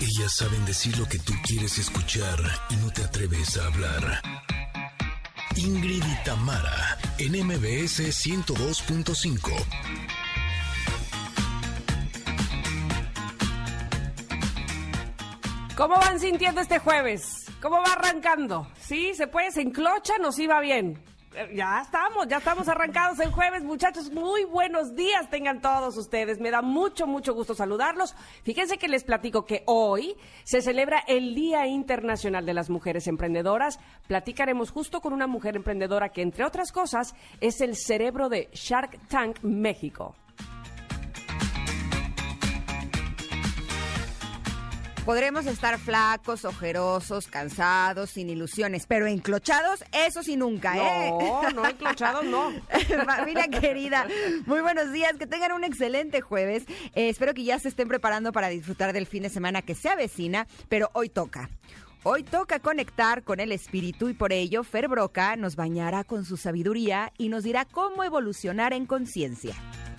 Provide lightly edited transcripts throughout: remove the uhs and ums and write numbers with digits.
Ellas saben decir lo que tú quieres escuchar y no te atreves a hablar. Ingrid y Tamara, en MBS 102.5. ¿Cómo van sintiendo este jueves? ¿Cómo va arrancando? ¿Sí? ¿Se puede? ¿Se enclocha? ¿Nos iba bien? Ya estamos arrancados el jueves, muchachos. Muy buenos días tengan todos ustedes. Me da mucho gusto saludarlos. Fíjense que les platico que hoy se celebra el Día Internacional de las Mujeres Emprendedoras. Platicaremos justo con una mujer emprendedora que, entre otras cosas, es el cerebro de Shark Tank México. Podremos estar flacos, ojerosos, cansados, sin ilusiones, pero enclochados, eso sí nunca, ¿eh? No, enclochados no. Familia querida, muy buenos días, que tengan un excelente jueves. Espero que ya se estén preparando para disfrutar del fin de semana que se avecina, pero hoy toca. Hoy toca conectar con el espíritu y por ello Fer Broca nos bañará con su sabiduría y nos dirá cómo evolucionar en conciencia.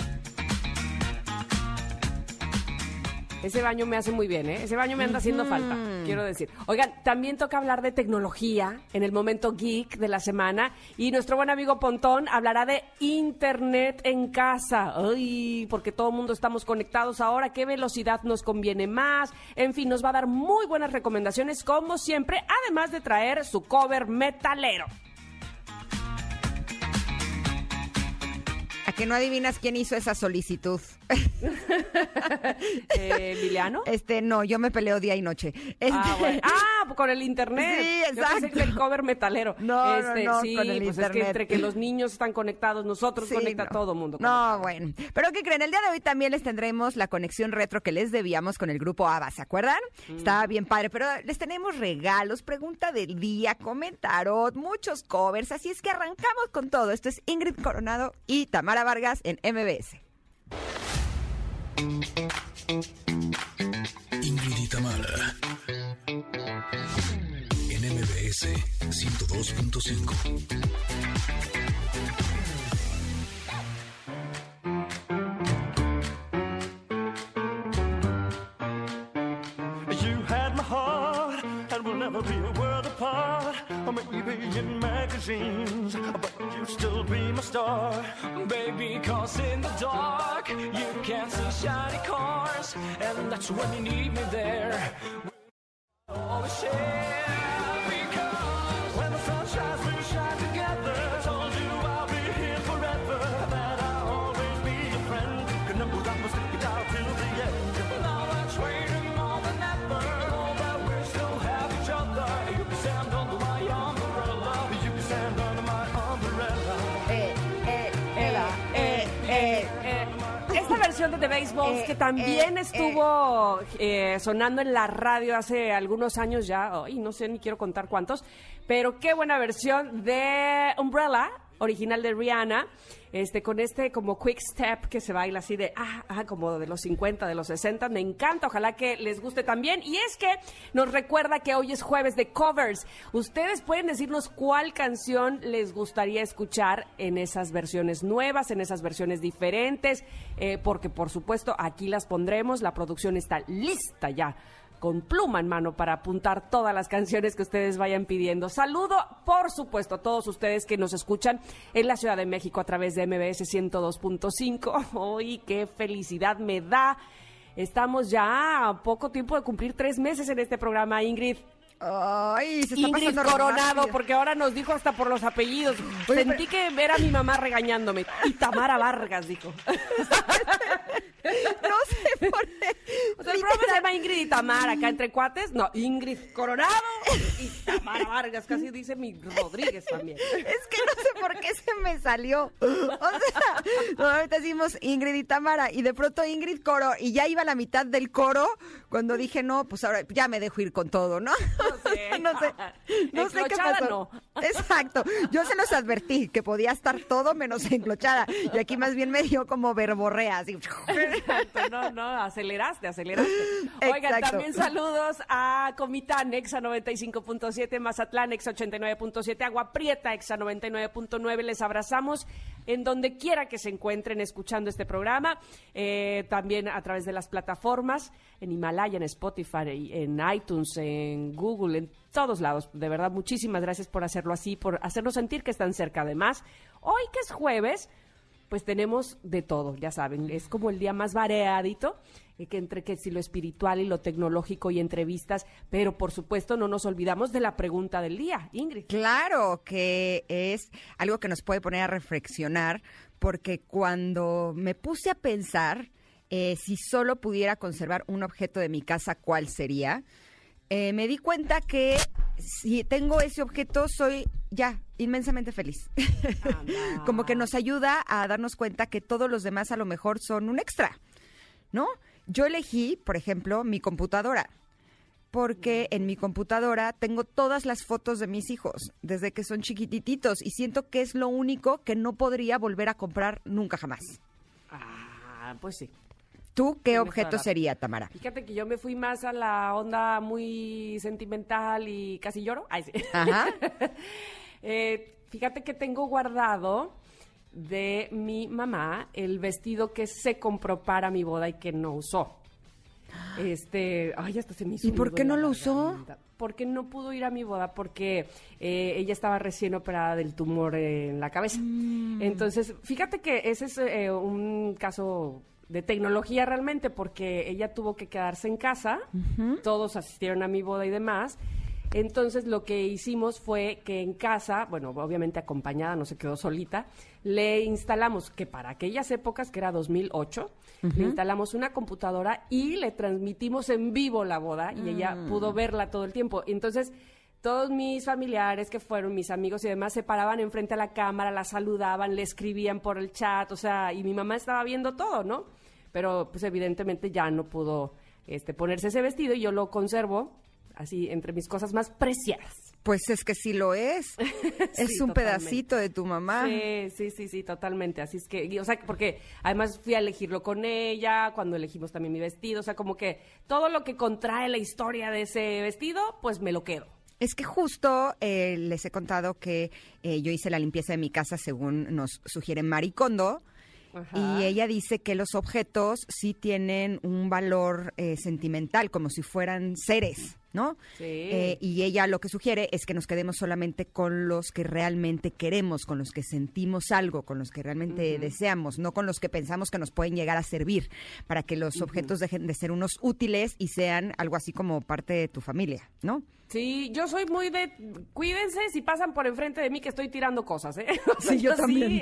Ese baño me hace muy bien, ¿eh? Ese baño me anda haciendo falta, quiero decir. Oigan, también toca hablar de tecnología en el momento geek de la semana. Y nuestro buen amigo Pontón hablará de internet en casa. Ay, porque todo el mundo estamos conectados ahora. ¿Qué velocidad nos conviene más? En fin, nos va a dar muy buenas recomendaciones, como siempre, además de traer su cover metalero. ¿A que no adivinas quién hizo esa solicitud? ¿Emiliano? No, yo me peleo día y noche. Bueno. Con el internet. Sí, exacto. Yo pensé que el cover metalero. No, sí, con el pues internet. Es que entre que los niños están conectados, nosotros conecta todo el mundo. No, bueno. Pero ¿qué creen? El día de hoy también les tendremos la conexión retro que les debíamos con el grupo ABBA, ¿se acuerdan? Estaba bien padre, pero les tenemos regalos, pregunta del día, comentaros, muchos covers, así es que arrancamos con todo. Esto es Ingrid Coronado y Tamara Vargas en MBS. Ingrid y Tamara, en MBS 102.5. You had my heart, and we'll never be a world apart. Or maybe in magazines, but you'll still be my star. Baby, 'cause in the dark, you can't see shiny cars. And that's when you need me there. We'll always share, because when the sun shines, we'll shine together. I told you I'll be here forever, that I'll always be your friend. Que no podamos stick it out till the end. Now that's waiting more than ever. Know that we still have each other. You can stand under my umbrella. You can stand under my umbrella. Esta versión de The Baseballs que también estuvo sonando en la radio hace algunos años ya, no sé, ni quiero contar cuántos, pero qué buena versión de Umbrella, original de Rihanna, con como quick step que se baila así de, como de los 50, de los 60, me encanta, ojalá que les guste también. Y es que nos recuerda que hoy es jueves de covers. Ustedes pueden decirnos cuál canción les gustaría escuchar en esas versiones nuevas, en esas versiones diferentes, porque por supuesto aquí las pondremos, la producción está lista ya, con pluma en mano para apuntar todas las canciones que ustedes vayan pidiendo. Saludo, por supuesto, a todos ustedes que nos escuchan en la Ciudad de México a través de MBS 102.5. ¡Ay, qué felicidad me da! Estamos ya a poco tiempo de cumplir 3 meses en este programa, Ingrid. Ay, se está Ingrid pasando Coronado, rápido. porque ahora nos dijo hasta por los apellidos. Sentí que era mi mamá regañándome. Y Tamara Vargas, dijo. No sé por qué. O sea, el programa se llama Ingrid y Tamara, acá entre cuates. No, Ingrid Coronado y Tamara Vargas, casi dice mi Rodríguez también. Es que no sé por qué se me salió. O sea, ahorita decimos Ingrid y Tamara y de pronto Ingrid Coro y ya iba a la mitad del coro cuando dije, no, pues ahora ya me dejo ir con todo, ¿no? No sé qué pasó. No. Exacto. Yo se los advertí que podía estar todo menos enclochada y aquí más bien me dio como verborrea, así. Exacto, no, aceleraste. Oigan, Exacto. también saludos a Comitán, Exa 95.7, Mazatlán, Exa 89.7, Agua Prieta, Exa 99.9. Les abrazamos en donde quiera que se encuentren escuchando este programa. También a través de las plataformas, en Himalaya, en Spotify, en iTunes, en Google, en todos lados. De verdad, muchísimas gracias por hacerlo así, por hacernos sentir que están cerca. Además, hoy que es jueves, pues tenemos de todo, ya saben, es como el día más variadito, que entre que si lo espiritual y lo tecnológico y entrevistas, pero por supuesto no nos olvidamos de la pregunta del día, Ingrid. Claro que es algo que nos puede poner a reflexionar, porque cuando me puse a pensar si solo pudiera conservar un objeto de mi casa, ¿cuál sería? Me di cuenta que si tengo ese objeto, soy ya inmensamente feliz. Como que nos ayuda a darnos cuenta que todos los demás a lo mejor son un extra, ¿no? Yo elegí, por ejemplo, mi computadora, porque en mi computadora tengo todas las fotos de mis hijos desde que son chiquititos y siento que es lo único que no podría volver a comprar nunca jamás. Pues sí. ¿Tú qué Tienes objeto toda la- sería, Tamara? Fíjate que yo me fui más a la onda muy sentimental y casi lloro. Ay, sí. Ajá. Fíjate que tengo guardado de mi mamá el vestido que se compró para mi boda y que no usó. Ay, hasta se me hizo ¿Y un por nudo qué en no la lo usó? garganta. Porque no pudo ir a mi boda porque ella estaba recién operada del tumor en la cabeza. Entonces, fíjate que ese es un caso de tecnología realmente, porque ella tuvo que quedarse en casa, todos asistieron a mi boda y demás. Entonces lo que hicimos fue que en casa, bueno, obviamente acompañada, no se quedó solita, le instalamos, que para aquellas épocas, que era 2008, le instalamos una computadora y le transmitimos en vivo la boda y ella pudo verla todo el tiempo. Entonces todos mis familiares que fueron, mis amigos y demás, se paraban enfrente a la cámara, la saludaban, le escribían por el chat, o sea, y mi mamá estaba viendo todo, ¿no? Pero pues evidentemente ya no pudo ponerse ese vestido y yo lo conservo así entre mis cosas más preciadas. Pues es que sí lo es. Es Sí, un totalmente. pedacito de tu mamá. Sí, totalmente. Así es que, o sea, porque además fui a elegirlo con ella, cuando elegimos también mi vestido, o sea, como que todo lo que contrae la historia de ese vestido, pues me lo quedo. Es que justo les he contado que yo hice la limpieza de mi casa según nos sugiere Marie Kondo. Ajá. Y ella dice que los objetos sí tienen un valor sentimental, como si fueran seres, ¿no? Sí. Y ella lo que sugiere es que nos quedemos solamente con los que realmente queremos, con los que sentimos algo, con los que realmente deseamos, no con los que pensamos que nos pueden llegar a servir, para que los objetos dejen de ser unos útiles y sean algo así como parte de tu familia, ¿no? Sí, yo soy muy de... Cuídense si pasan por enfrente de mí que estoy tirando cosas, ¿eh? O sea, Sí, yo también.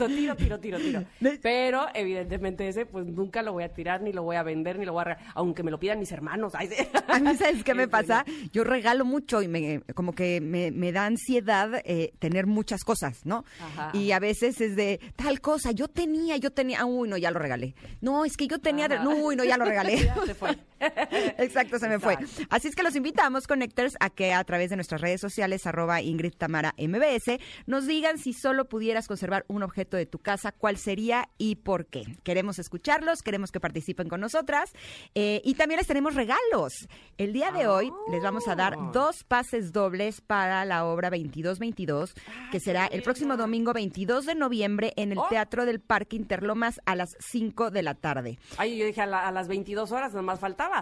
Tiro. Pero, evidentemente, ese, pues, nunca lo voy a tirar, ni lo voy a vender, ni lo voy a... aunque me lo pidan mis hermanos. Ay, sí. A mí, ¿sabes qué me pasa? Yo regalo mucho y como que me da ansiedad tener muchas cosas, ¿no? Ajá. Y a veces es de tal cosa, yo tenía, uy, no, ya lo regalé. No, es que yo tenía, uy, no, ya lo regalé. Ya se fue. Exacto, se me fue. Exacto. Así es que los invitamos, Connectors, a que a través de nuestras redes sociales, @Ingrid Tamara MBS, nos digan si solo pudieras conservar un objeto de tu casa, cuál sería y por qué. Queremos escucharlos, queremos que participen con nosotras y también les tenemos regalos. El día de hoy les vamos a dar 2 pases dobles para la obra 2222, que será el próximo domingo 22 de noviembre en el Teatro del Parque Interlomas a las 5 de la tarde. Ay, yo dije a las 22 horas, nomás faltaba.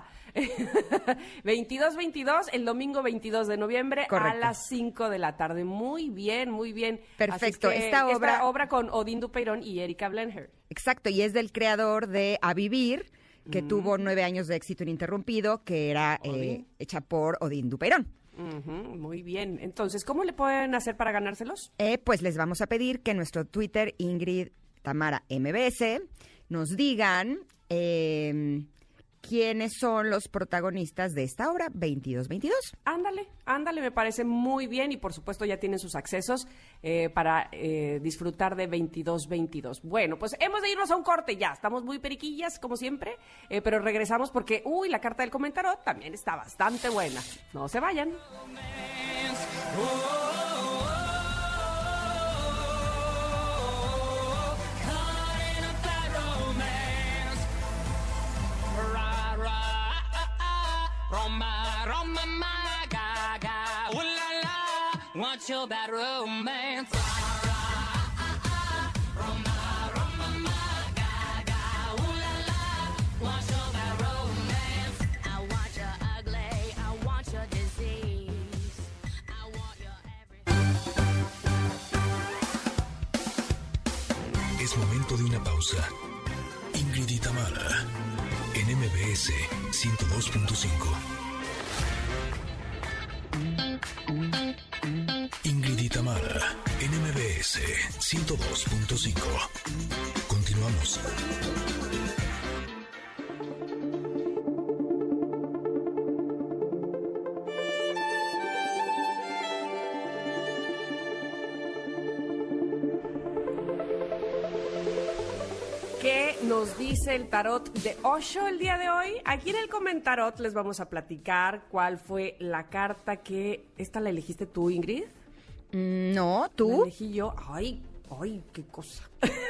22, el domingo 22 de noviembre. Correcto. A las 5 de la tarde. Muy bien, muy bien. Perfecto. Así es que Esta obra con Odín Dupeirón y Erika Blenher. Exacto, y es del creador de A Vivir, que tuvo 9 años de éxito ininterrumpido, que era hecha por Odín Dupeirón. Ujú, muy bien. Entonces, ¿cómo le pueden hacer para ganárselos? Pues les vamos a pedir que en nuestro Twitter, Ingrid Tamara MBS, nos digan quiénes son los protagonistas de esta obra 2222. Ándale, me parece muy bien y por supuesto ya tienen sus accesos para disfrutar de 2222. Bueno, pues hemos de irnos a un corte ya, estamos muy periquillas como siempre, pero regresamos porque, la carta del comentario también está bastante buena. No se vayan. Roma, Roma, my gaga, ooh la la, want your bad romance. Roma, Roma, my gaga, ooh la la, want your bad romance. I want your ugly, I want your disease, I want your everything. Es momento de una pausa. Ingrid y Tamara, en MBS 102.5. Ingrid y Tamara, en MBS 102.5. Continuamos. ¿Qué nos dice el tarot de Osho el día de hoy? Aquí en el Comentarot les vamos a platicar cuál fue la carta que... ¿Esta la elegiste tú, Ingrid? No, La ¿tú? elegí yo. Ay, qué cosa.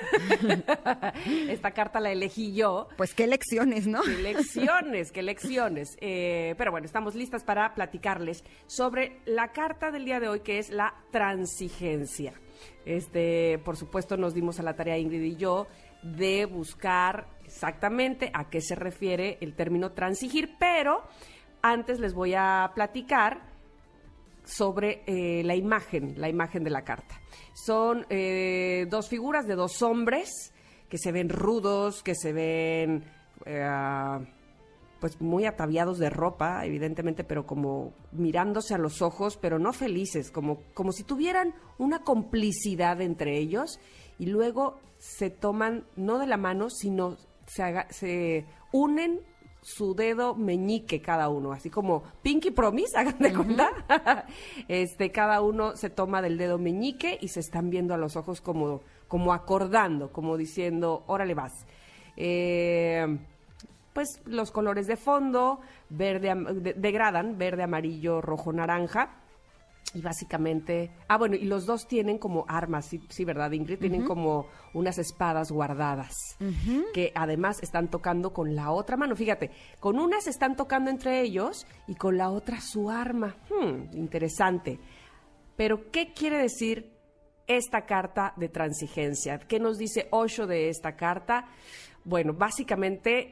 Esta carta la elegí yo. Pues qué lecciones, ¿no? Qué lecciones, qué lecciones. Pero bueno, estamos listas para platicarles sobre la carta del día de hoy, que es la transigencia. Por supuesto, nos dimos a la tarea, Ingrid y yo, de buscar exactamente a qué se refiere el término transigir, pero antes les voy a platicar sobre la imagen de la carta. Son dos figuras de dos hombres que se ven rudos, que se ven pues muy ataviados de ropa, evidentemente, pero como mirándose a los ojos, pero no felices, como si tuvieran una complicidad entre ellos, y luego se toman, no de la mano, sino se unen su dedo meñique cada uno, así como Pinky Promise, hagan de cuenta. Cada uno se toma del dedo meñique y se están viendo a los ojos como acordando, como diciendo, órale vas. Pues los colores de fondo, degradan, verde, amarillo, rojo, naranja. Y básicamente, y los dos tienen como armas, sí, ¿verdad, Ingrid? Tienen como unas espadas guardadas, que además están tocando con la otra mano. Fíjate, con una se están tocando entre ellos y con la otra su arma. Interesante. Pero, ¿qué quiere decir esta carta de transigencia? ¿Qué nos dice Osho de esta carta? Bueno, básicamente...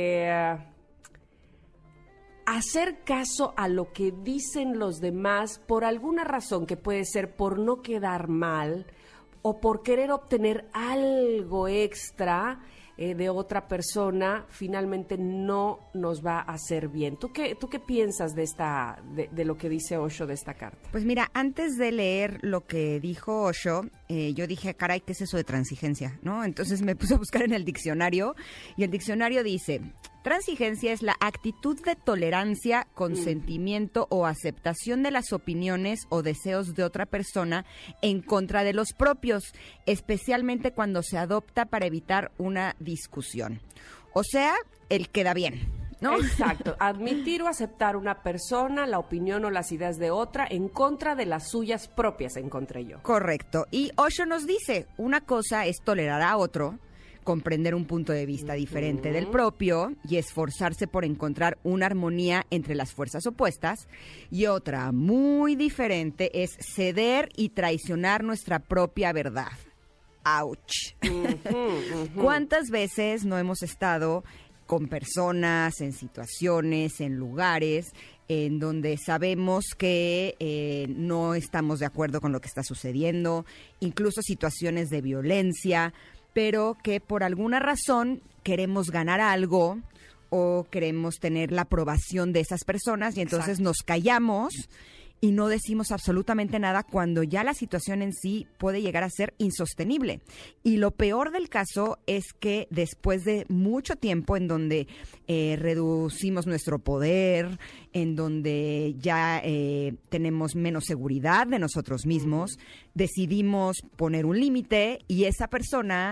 hacer caso a lo que dicen los demás por alguna razón, que puede ser por no quedar mal o por querer obtener algo extra de otra persona, finalmente no nos va a hacer bien. ¿Tú qué piensas de lo que dice Osho de esta carta? Pues mira, antes de leer lo que dijo Osho, yo dije, caray, ¿qué es eso de transigencia? ¿No? Entonces me puse a buscar en el diccionario y el diccionario dice... Transigencia es la actitud de tolerancia, consentimiento o aceptación de las opiniones o deseos de otra persona en contra de los propios, especialmente cuando se adopta para evitar una discusión. O sea, el queda bien, ¿no? Exacto. Admitir o aceptar una persona, la opinión o las ideas de otra en contra de las suyas propias, encontré yo. Correcto. Y Osho nos dice, una cosa es tolerar a otro, comprender un punto de vista diferente del propio y esforzarse por encontrar una armonía entre las fuerzas opuestas. Y otra muy diferente es ceder y traicionar nuestra propia verdad. ¡Auch! ¿Cuántas veces no hemos estado con personas, en situaciones, en lugares en donde sabemos que no estamos de acuerdo con lo que está sucediendo, incluso situaciones de violencia, pero que por alguna razón queremos ganar algo o queremos tener la aprobación de esas personas y entonces nos callamos y no decimos absolutamente nada cuando ya la situación en sí puede llegar a ser insostenible. Y lo peor del caso es que después de mucho tiempo en donde reducimos nuestro poder, en donde ya tenemos menos seguridad de nosotros mismos, decidimos poner un límite y esa persona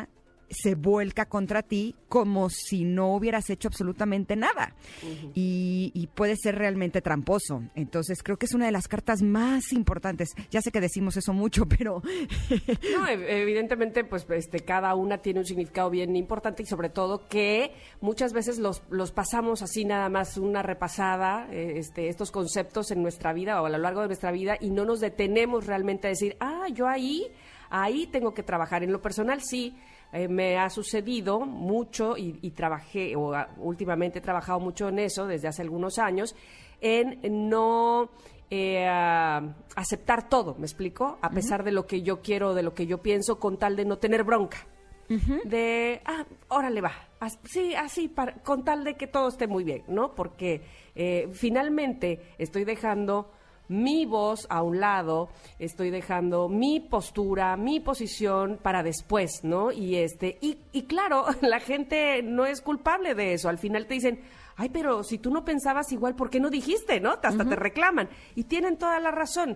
se vuelca contra ti como si no hubieras hecho absolutamente nada. Y puede ser realmente tramposo. Entonces, creo que es una de las cartas más importantes. Ya sé que decimos eso mucho, pero... No, evidentemente, pues cada una tiene un significado bien importante y sobre todo que muchas veces los pasamos así nada más una repasada, estos conceptos en nuestra vida o a lo largo de nuestra vida y no nos detenemos realmente a decir, yo ahí tengo que trabajar. En lo personal sí, me ha sucedido mucho y trabajé, últimamente he trabajado mucho en eso desde hace algunos años, en no aceptar todo, ¿me explico? A pesar de lo que yo quiero, de lo que yo pienso, con tal de no tener bronca. De, órale va, sí, así, con tal de que todo esté muy bien, ¿no? Porque finalmente estoy dejando mi voz a un lado, estoy dejando mi postura, mi posición para después, ¿no? Y claro, la gente no es culpable de eso. Al final te dicen, ay, pero si tú no pensabas igual, ¿por qué no dijiste, no? Hasta te reclaman. Y tienen toda la razón.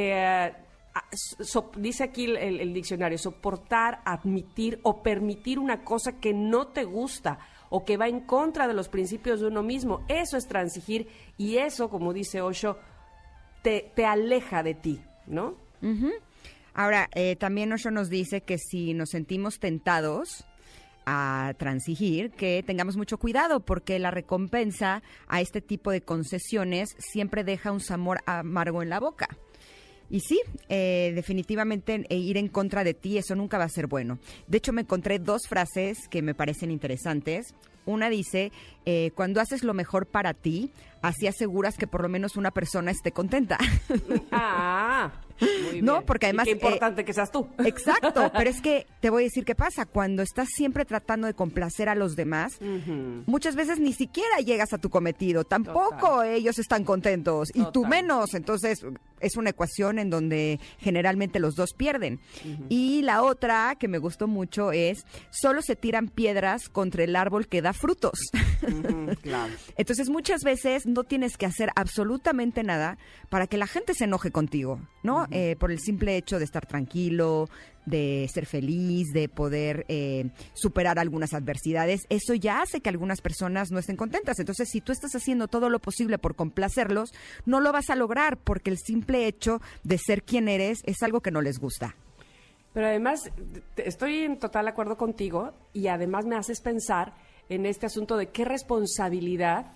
Dice aquí el diccionario, soportar, admitir o permitir una cosa que no te gusta o que va en contra de los principios de uno mismo. Eso es transigir y eso, como dice Osho, te aleja de ti, ¿no? Ahora, también Osho nos dice que si nos sentimos tentados a transigir, que tengamos mucho cuidado porque la recompensa a este tipo de concesiones siempre deja un sabor amargo en la boca. Y sí, definitivamente ir en contra de ti, eso nunca va a ser bueno. De hecho, me encontré 2 frases que me parecen interesantes. Una dice, cuando haces lo mejor para ti, así aseguras que por lo menos una persona esté contenta. Muy bien. No, porque además... Y qué importante que seas tú. Exacto, pero es que te voy a decir qué pasa. Cuando estás siempre tratando de complacer a los demás, muchas veces ni siquiera llegas a tu cometido. Tampoco ellos están contentos. Y tú menos. Entonces, es una ecuación en donde generalmente los dos pierden. Y la otra que me gustó mucho es, solo se tiran piedras contra el árbol que da frutos. Claro. Entonces, muchas veces no tienes que hacer absolutamente nada para que la gente se enoje contigo, ¿no? Por el simple hecho de estar tranquilo, de ser feliz, de poder superar algunas adversidades. Eso ya hace que algunas personas no estén contentas. Entonces, si tú estás haciendo todo lo posible por complacerlos, no lo vas a lograr porque el simple hecho de ser quien eres es algo que no les gusta. Pero además, estoy en total acuerdo contigo y además me haces pensar en este asunto de qué responsabilidad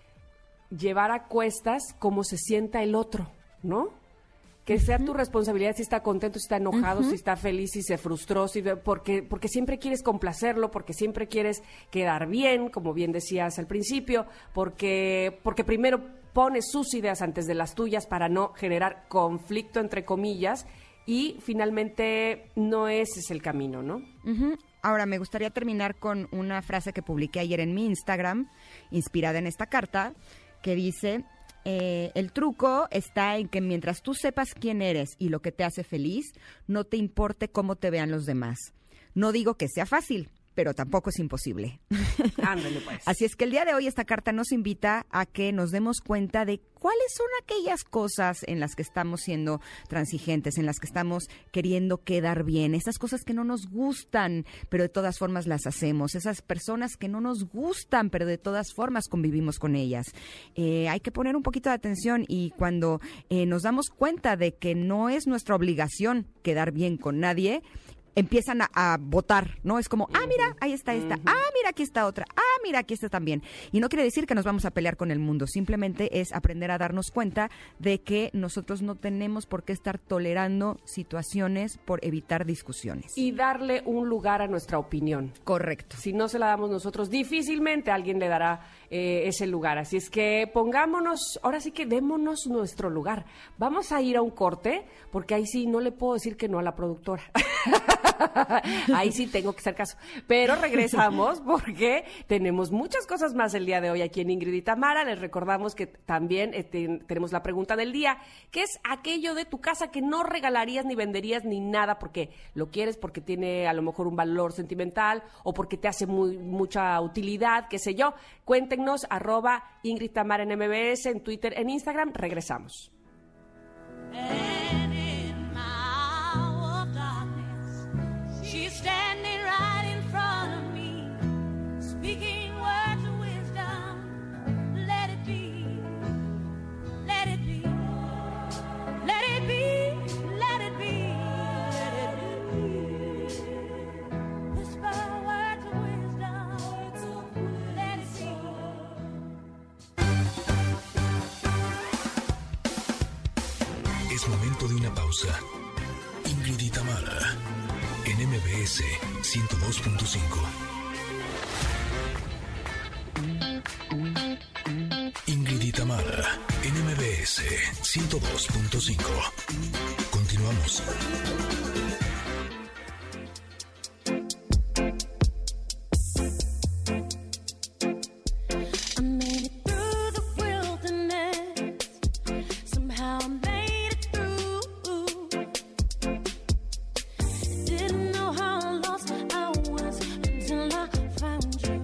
llevar a cuestas cómo se sienta el otro, ¿no? Que sea tu responsabilidad si está contento, si está enojado, si está feliz, si se frustró, porque siempre quieres complacerlo, porque siempre quieres quedar bien, como bien decías al principio, porque primero pones sus ideas antes de las tuyas para no generar conflicto, entre comillas, y finalmente no ese es el camino, ¿no? Ahora, me gustaría terminar con una frase que publiqué ayer en mi Instagram, inspirada en esta carta, que dice... el truco está en que mientras tú sepas quién eres y lo que te hace feliz, no te importe cómo te vean los demás. No digo que sea fácil, pero tampoco es imposible. Ándale, pues. Así es que el día de hoy esta carta nos invita a que nos demos cuenta de cuáles son aquellas cosas en las que estamos siendo transigentes, en las que estamos queriendo quedar bien, esas cosas que no nos gustan, pero de todas formas las hacemos, esas personas que no nos gustan, pero de todas formas convivimos con ellas. Hay que poner un poquito de atención y cuando nos damos cuenta de que no es nuestra obligación quedar bien con nadie, empiezan a votar, ¿no? Es como, mira, ahí está esta, mira, aquí está otra, mira, aquí está también. Y no quiere decir que nos vamos a pelear con el mundo, simplemente es aprender a darnos cuenta de que nosotros no tenemos por qué estar tolerando situaciones por evitar discusiones. Y darle un lugar a nuestra opinión. Correcto. Si no se la damos nosotros, difícilmente alguien le dará ese lugar. Así es que pongámonos, ahora sí que démonos nuestro lugar. Vamos a ir a un corte, porque ahí sí no le puedo decir que no a la productora. Ahí sí tengo que hacer caso. Pero regresamos porque tenemos muchas cosas más el día de hoy aquí en Ingrid y Tamara. Les recordamos que también tenemos la pregunta del día, que es aquello de tu casa que no regalarías ni venderías ni nada porque lo quieres, porque tiene a lo mejor un valor sentimental o porque te hace mucha utilidad, qué sé yo. Cuéntenos, @Ingrid Tamara en MBS, en Twitter, en Instagram. Regresamos. And in my hour of darkness, she's standing right in front momento de una pausa. Ingrid y Tamara, en MBS 102.5. Ingrid y Tamara, en MBS 102.5. Continuamos. I made it through the wilderness. Somehow I made it through. Didn't know how lost I was until I found you.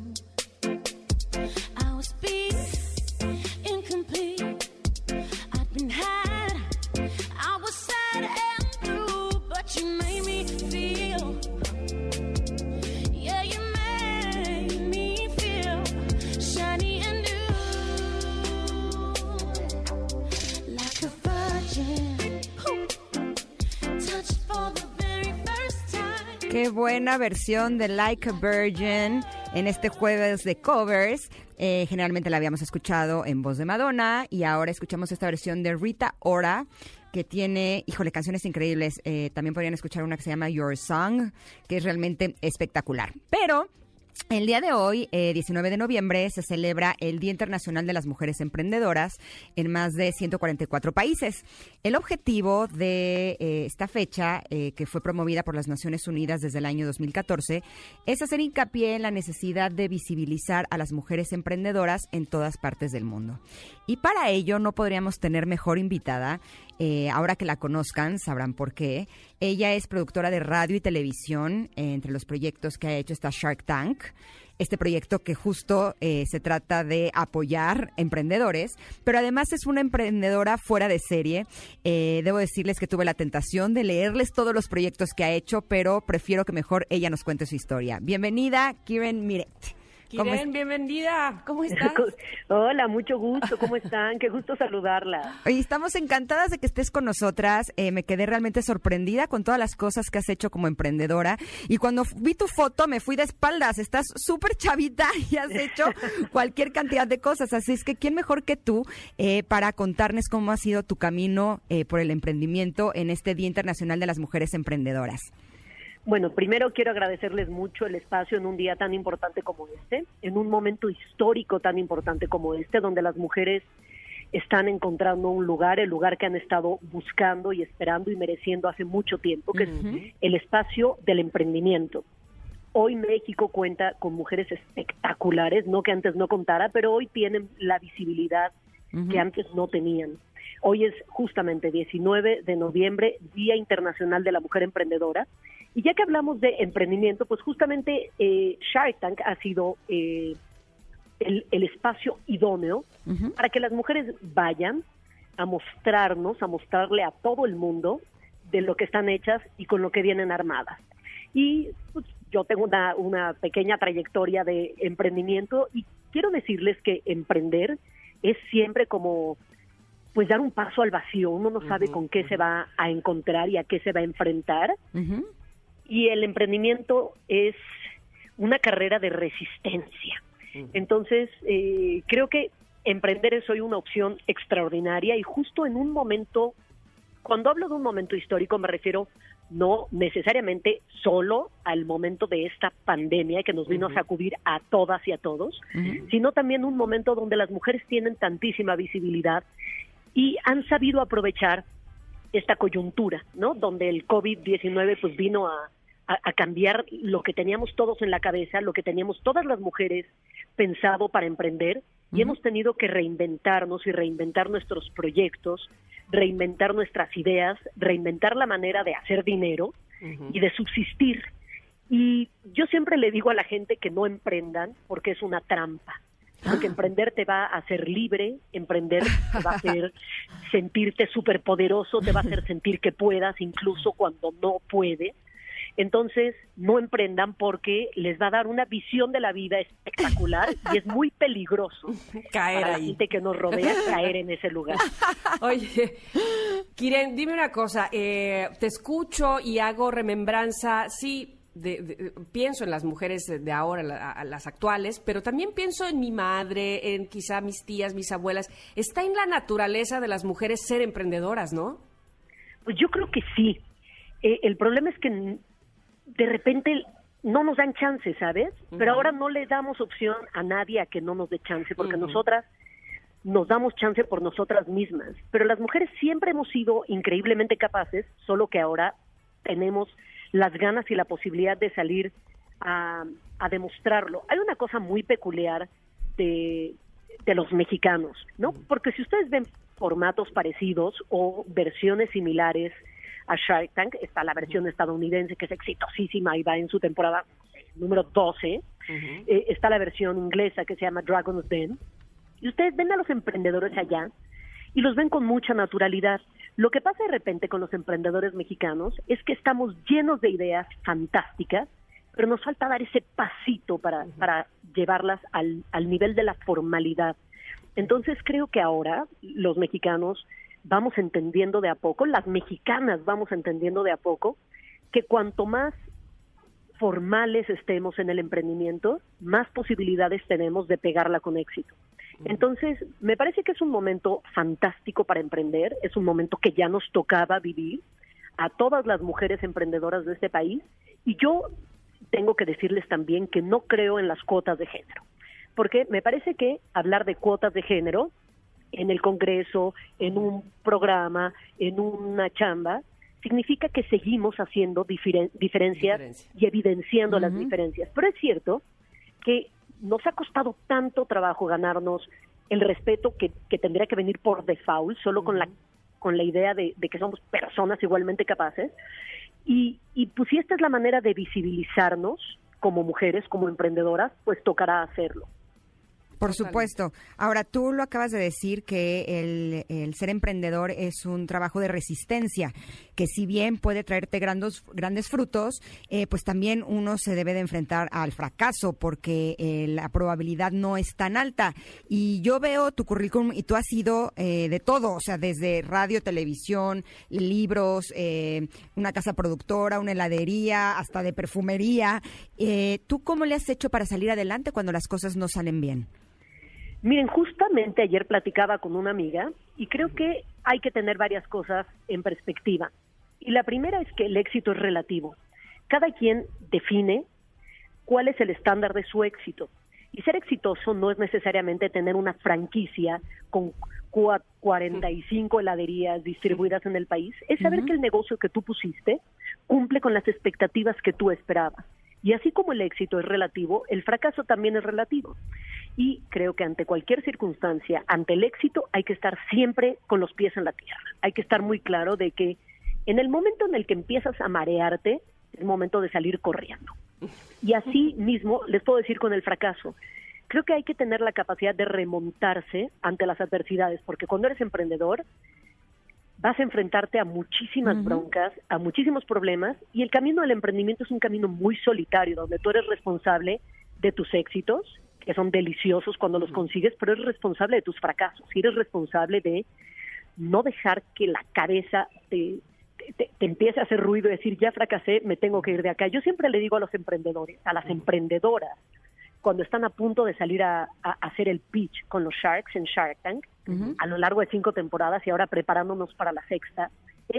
I was being incomplete. I'd been had. I was sad and blue, but you made me feel. Yeah, you made me feel shiny and new, like a virgin, touched for the very first time. Qué buena versión de Like a Virgin en este jueves de covers. Generalmente la habíamos escuchado en voz de Madonna y ahora escuchamos esta versión de Rita Ora, que tiene, híjole, canciones increíbles. También podrían escuchar una que se llama Your Song, que es realmente espectacular. Pero el día de hoy, 19 de noviembre, se celebra el Día Internacional de las Mujeres Emprendedoras en más de 144 países. El objetivo de esta fecha, que fue promovida por las Naciones Unidas desde el año 2014, es hacer hincapié en la necesidad de visibilizar a las mujeres emprendedoras en todas partes del mundo. Y para ello no podríamos tener mejor invitada. Ahora que la conozcan, sabrán por qué. Ella es productora de radio y televisión. Entre los proyectos que ha hecho está Shark Tank, este proyecto que justo se trata de apoyar emprendedores, pero además es una emprendedora fuera de serie. Debo decirles que tuve la tentación de leerles todos los proyectos que ha hecho, pero prefiero que mejor ella nos cuente su historia. Bienvenida, Kiren Miret. Kiren, bienvenida. ¿Cómo estás? Hola, mucho gusto. ¿Cómo están? Qué gusto saludarla. Oye, estamos encantadas de que estés con nosotras. Me quedé realmente sorprendida con todas las cosas que has hecho como emprendedora. Y cuando vi tu foto me fui de espaldas. Estás súper chavita y has hecho cualquier cantidad de cosas. Así es que, ¿quién mejor que tú para contarnos cómo ha sido tu camino por el emprendimiento en este Día Internacional de las Mujeres Emprendedoras? Bueno, primero quiero agradecerles mucho el espacio en un día tan importante como este, en un momento histórico tan importante como este, donde las mujeres están encontrando un lugar, el lugar que han estado buscando y esperando y mereciendo hace mucho tiempo, que es el espacio del emprendimiento. Hoy México cuenta con mujeres espectaculares, no que antes no contara, pero hoy tienen la visibilidad que antes no tenían. Hoy es justamente 19 de noviembre, Día Internacional de la Mujer Emprendedora. Y ya que hablamos de emprendimiento, pues justamente Shark Tank ha sido el espacio idóneo para que las mujeres vayan a mostrarnos, a mostrarle a todo el mundo de lo que están hechas y con lo que vienen armadas. Y pues, yo tengo una pequeña trayectoria de emprendimiento y quiero decirles que emprender es siempre como pues dar un paso al vacío. Uno no sabe con qué se va a encontrar y a qué se va a enfrentar. Y el emprendimiento es una carrera de resistencia. Entonces, creo que emprender es hoy una opción extraordinaria y justo en un momento, cuando hablo de un momento histórico me refiero no necesariamente solo al momento de esta pandemia que nos vino a sacudir a todas y a todos, sino también un momento donde las mujeres tienen tantísima visibilidad y han sabido aprovechar esta coyuntura, ¿no? Donde el COVID-19 pues vino a cambiar lo que teníamos todos en la cabeza, lo que teníamos todas las mujeres pensado para emprender, y hemos tenido que reinventarnos y reinventar nuestros proyectos, reinventar nuestras ideas, reinventar la manera de hacer dinero y de subsistir. Y yo siempre le digo a la gente que no emprendan porque es una trampa. Porque emprender te va a hacer libre, emprender te va a hacer sentirte superpoderoso, te va a hacer sentir que puedas incluso cuando no puedes. Entonces, no emprendan porque les va a dar una visión de la vida espectacular y es muy peligroso caer para ahí. la gente que nos rodea caer en ese lugar. Oye, Kiren, dime una cosa. Te escucho y hago remembranza, sí. Pienso en las mujeres de ahora, a las actuales, pero también pienso en mi madre, en quizá mis tías, mis abuelas. Está en la naturaleza de las mujeres ser emprendedoras, ¿no? Pues yo creo que sí. El problema es que de repente no nos dan chance, ¿sabes? Pero ahora no le damos opción a nadie a que no nos dé chance, porque nosotras nos damos chance por nosotras mismas. Pero las mujeres siempre hemos sido increíblemente capaces, solo que ahora tenemos las ganas y la posibilidad de salir a demostrarlo. Hay una cosa muy peculiar de los mexicanos, ¿no? Porque si ustedes ven formatos parecidos o versiones similares a Shark Tank, está la versión estadounidense que es exitosísima y va en su temporada número 12, está la versión inglesa que se llama Dragon's Den, y ustedes ven a los emprendedores allá y los ven con mucha naturalidad. Lo que pasa de repente con los emprendedores mexicanos es que estamos llenos de ideas fantásticas, pero nos falta dar ese pasito para llevarlas al nivel de la formalidad. Entonces creo que ahora los mexicanos vamos entendiendo de a poco, las mexicanas vamos entendiendo de a poco, que cuanto más formales estemos en el emprendimiento, más posibilidades tenemos de pegarla con éxito. Entonces, me parece que es un momento fantástico para emprender, es un momento que ya nos tocaba vivir a todas las mujeres emprendedoras de este país, y yo tengo que decirles también que no creo en las cuotas de género, porque me parece que hablar de cuotas de género en el Congreso, en un programa, en una chamba, significa que seguimos haciendo diferencias y evidenciando las diferencias. Pero es cierto que nos ha costado tanto trabajo ganarnos el respeto que tendría que venir por default, solo con la idea de que somos personas igualmente capaces. Y pues si esta es la manera de visibilizarnos como mujeres, como emprendedoras, pues tocará hacerlo. Por supuesto. Ahora, tú lo acabas de decir que el ser emprendedor es un trabajo de resistencia, que si bien puede traerte grandes frutos, pues también uno se debe de enfrentar al fracaso porque la probabilidad no es tan alta. Y yo veo tu currículum y tú has sido de todo, o sea, desde radio, televisión, libros, una casa productora, una heladería, hasta de perfumería. ¿Tú cómo le has hecho para salir adelante cuando las cosas no salen bien? Miren, justamente ayer platicaba con una amiga y creo que hay que tener varias cosas en perspectiva. Y la primera es que el éxito es relativo. Cada quien define cuál es el estándar de su éxito. Y ser exitoso no es necesariamente tener una franquicia con 45 heladerías distribuidas en el país. Es saber que el negocio que tú pusiste cumple con las expectativas que tú esperabas. Y así como el éxito es relativo, el fracaso también es relativo. Y creo que ante cualquier circunstancia, ante el éxito, hay que estar siempre con los pies en la tierra. Hay que estar muy claro de que en el momento en el que empiezas a marearte, es el momento de salir corriendo. Y así mismo les puedo decir con el fracaso. Creo que hay que tener la capacidad de remontarse ante las adversidades, porque cuando eres emprendedor, vas a enfrentarte a muchísimas broncas, a muchísimos problemas, y el camino del emprendimiento es un camino muy solitario, donde tú eres responsable de tus éxitos, que son deliciosos cuando los consigues, pero eres responsable de tus fracasos, y eres responsable de no dejar que la cabeza te empiece a hacer ruido y decir, ya fracasé, me tengo que ir de acá. Yo siempre le digo a los emprendedores, a las emprendedoras, cuando están a punto de salir a hacer el pitch con los Sharks en Shark Tank, a lo largo de 5 temporadas y ahora preparándonos para la 6ª,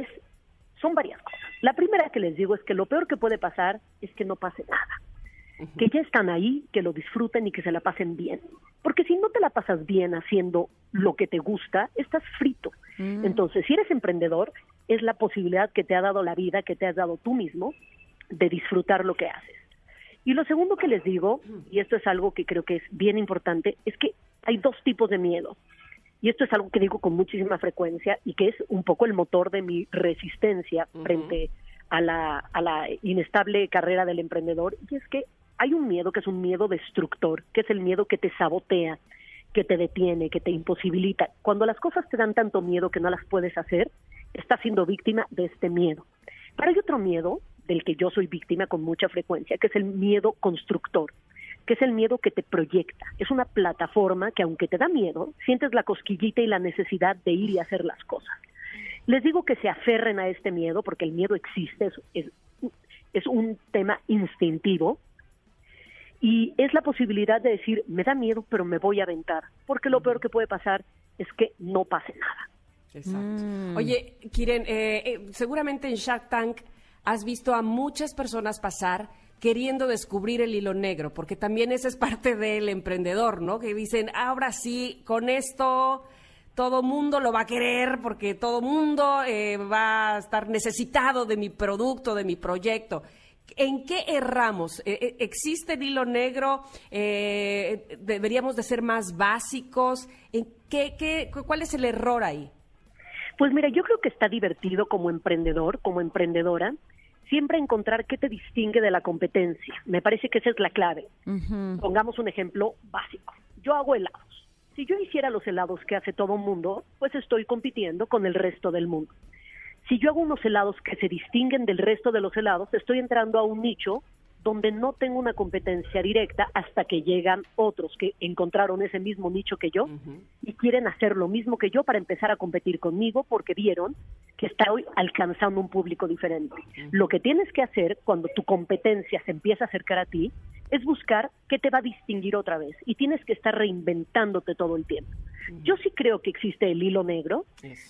son varias cosas. La primera que les digo es que lo peor que puede pasar es que no pase nada. Que ya están ahí, que lo disfruten y que se la pasen bien. Porque si no te la pasas bien haciendo lo que te gusta, estás frito. Entonces, si eres emprendedor, es la posibilidad que te ha dado la vida, que te has dado tú mismo, de disfrutar lo que haces. Y lo segundo que les digo, y esto es algo que creo que es bien importante, es que hay 2 tipos de miedo. Y esto es algo que digo con muchísima frecuencia y que es un poco el motor de mi resistencia frente a la inestable carrera del emprendedor. Y es que hay un miedo que es un miedo destructor, que es el miedo que te sabotea, que te detiene, que te imposibilita. Cuando las cosas te dan tanto miedo que no las puedes hacer, estás siendo víctima de este miedo. Pero hay otro miedo del que yo soy víctima con mucha frecuencia, que es el miedo constructor, que es el miedo que te proyecta. Es una plataforma que, aunque te da miedo, sientes la cosquillita y la necesidad de ir y hacer las cosas. Les digo que se aferren a este miedo, porque el miedo existe, es un tema instintivo, y es la posibilidad de decir, me da miedo, pero me voy a aventar, porque lo peor que puede pasar es que no pase nada. Exacto. Oye, Kiren, seguramente en Shark Tank has visto a muchas personas pasar queriendo descubrir el hilo negro, porque también esa es parte del emprendedor, ¿no? Que dicen, ahora sí, con esto todo mundo lo va a querer, porque todo mundo va a estar necesitado de mi producto, de mi proyecto. ¿En qué erramos? ¿Existe el hilo negro? ¿Deberíamos de ser más básicos? ¿Cuál es el error ahí? Pues mira, yo creo que está divertido como emprendedor, como emprendedora, siempre encontrar qué te distingue de la competencia. Me parece que esa es la clave. Pongamos un ejemplo básico. Yo hago helados. Si yo hiciera los helados que hace todo el mundo, pues estoy compitiendo con el resto del mundo. Si yo hago unos helados que se distinguen del resto de los helados, estoy entrando a un nicho donde no tengo una competencia directa hasta que llegan otros que encontraron ese mismo nicho que yo y quieren hacer lo mismo que yo para empezar a competir conmigo porque vieron que estoy alcanzando un público diferente. Lo que tienes que hacer cuando tu competencia se empieza a acercar a ti es buscar qué te va a distinguir otra vez y tienes que estar reinventándote todo el tiempo. Yo sí creo que existe el hilo negro.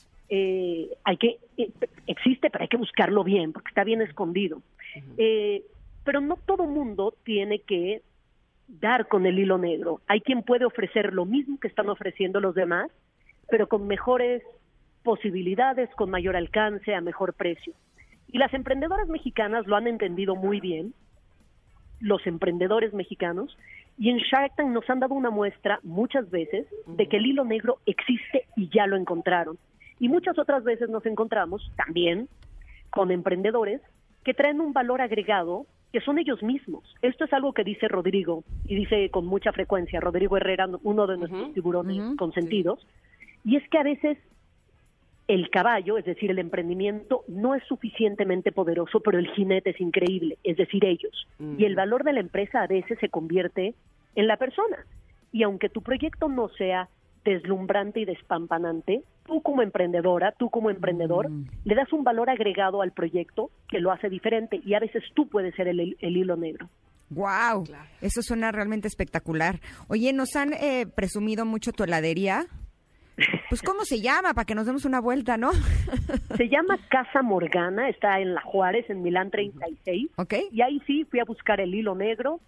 Existe, pero hay que buscarlo bien porque está bien escondido. Pero no todo mundo tiene que dar con el hilo negro. Hay quien puede ofrecer lo mismo que están ofreciendo los demás, pero con mejores posibilidades, con mayor alcance, a mejor precio. Y las emprendedoras mexicanas lo han entendido muy bien, los emprendedores mexicanos, y en Shark Tank nos han dado una muestra muchas veces de que el hilo negro existe y ya lo encontraron. Y muchas otras veces nos encontramos también con emprendedores que traen un valor agregado que son ellos mismos. Esto es algo que dice Rodrigo, y dice con mucha frecuencia Rodrigo Herrera, uno de nuestros tiburones consentidos, y es que a veces el caballo, es decir, el emprendimiento, no es suficientemente poderoso, pero el jinete es increíble, es decir, ellos. Y el valor de la empresa a veces se convierte en la persona. Y aunque tu proyecto no sea deslumbrante y despampanante, tú como emprendedora, tú como emprendedor, le das un valor agregado al proyecto que lo hace diferente y a veces tú puedes ser el hilo negro. ¡Wow! Claro. Eso suena realmente espectacular. Oye, nos han presumido mucho tu heladería. Pues, ¿cómo se llama? Para que nos demos una vuelta, ¿no? Se llama Casa Morgana, está en La Juárez, en Milán 36. Okay. Y ahí sí fui a buscar el hilo negro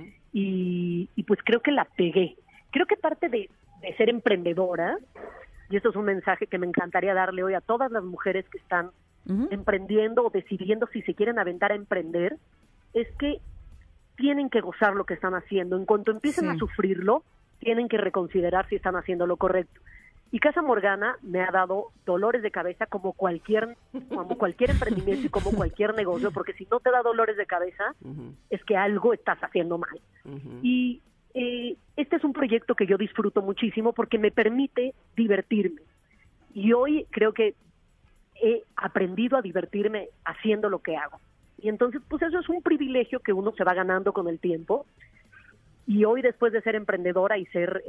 y pues creo que la pegué. Creo que parte de ser emprendedora, y esto es un mensaje que me encantaría darle hoy a todas las mujeres que están emprendiendo o decidiendo si se quieren aventar a emprender, es que tienen que gozar lo que están haciendo. En cuanto empiecen a sufrirlo, tienen que reconsiderar si están haciendo lo correcto. Y Casa Morgana me ha dado dolores de cabeza como cualquier emprendimiento y como cualquier negocio, porque si no te da dolores de cabeza, es que algo estás haciendo mal. Y este es un proyecto que yo disfruto muchísimo porque me permite divertirme. Y hoy creo que he aprendido a divertirme haciendo lo que hago. Y entonces, pues eso es un privilegio que uno se va ganando con el tiempo. Y hoy, después de ser emprendedora y ser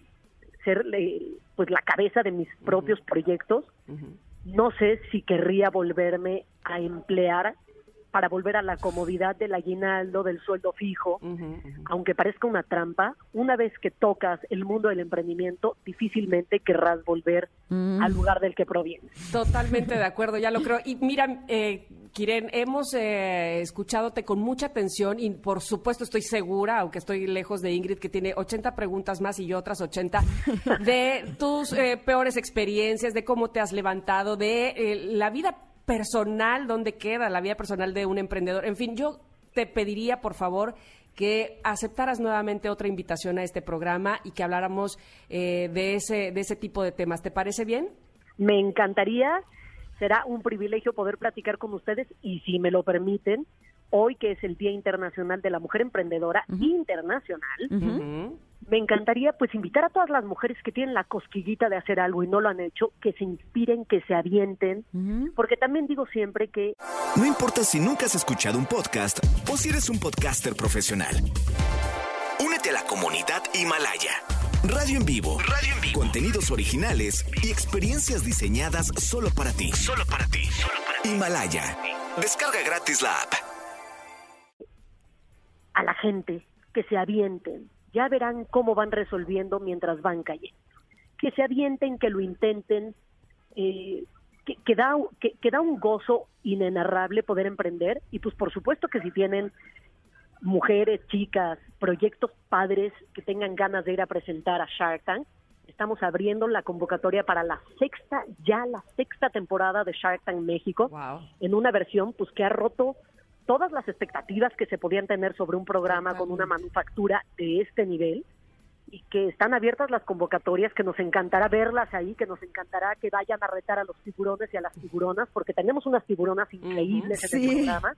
pues la cabeza de mis propios proyectos, no sé si querría volverme a emplear para volver a la comodidad del aguinaldo, del sueldo fijo, aunque parezca una trampa. Una vez que tocas el mundo del emprendimiento, difícilmente querrás volver al lugar del que provienes. Totalmente de acuerdo, ya lo creo. Y mira, Kiren, hemos escuchádate con mucha atención y por supuesto estoy segura, aunque estoy lejos de Ingrid, que tiene 80 preguntas más y yo otras 80, de tus peores experiencias, de cómo te has levantado, de la vida personal, dónde queda la vida personal de un emprendedor. En fin, yo te pediría, por favor, que aceptaras nuevamente otra invitación a este programa y que habláramos de ese tipo de temas. ¿Te parece bien? Me encantaría, será un privilegio poder platicar con ustedes y si me lo permiten, hoy que es el Día Internacional de la Mujer Emprendedora internacional, me encantaría pues invitar a todas las mujeres que tienen la cosquillita de hacer algo y no lo han hecho, que se inspiren, que se avienten, porque también digo siempre que... No importa si nunca has escuchado un podcast o si eres un podcaster profesional. Únete a la comunidad Himalaya. Radio en vivo. Contenidos originales y experiencias diseñadas solo para ti. Solo para ti. Himalaya. Descarga gratis la app. A la gente que se avienten, ya verán cómo van resolviendo mientras van cayendo. Que se avienten, que lo intenten, que da un gozo inenarrable poder emprender. Y pues por supuesto que si tienen mujeres, chicas, proyectos padres que tengan ganas de ir a presentar a Shark Tank, estamos abriendo la convocatoria para la sexta temporada de Shark Tank México. Wow. En una versión pues que ha roto todas las expectativas que se podían tener sobre un programa con una manufactura de este nivel, y que están abiertas las convocatorias, que nos encantará verlas ahí, que nos encantará que vayan a retar a los tiburones y a las tiburonas, porque tenemos unas tiburonas increíbles en el programa,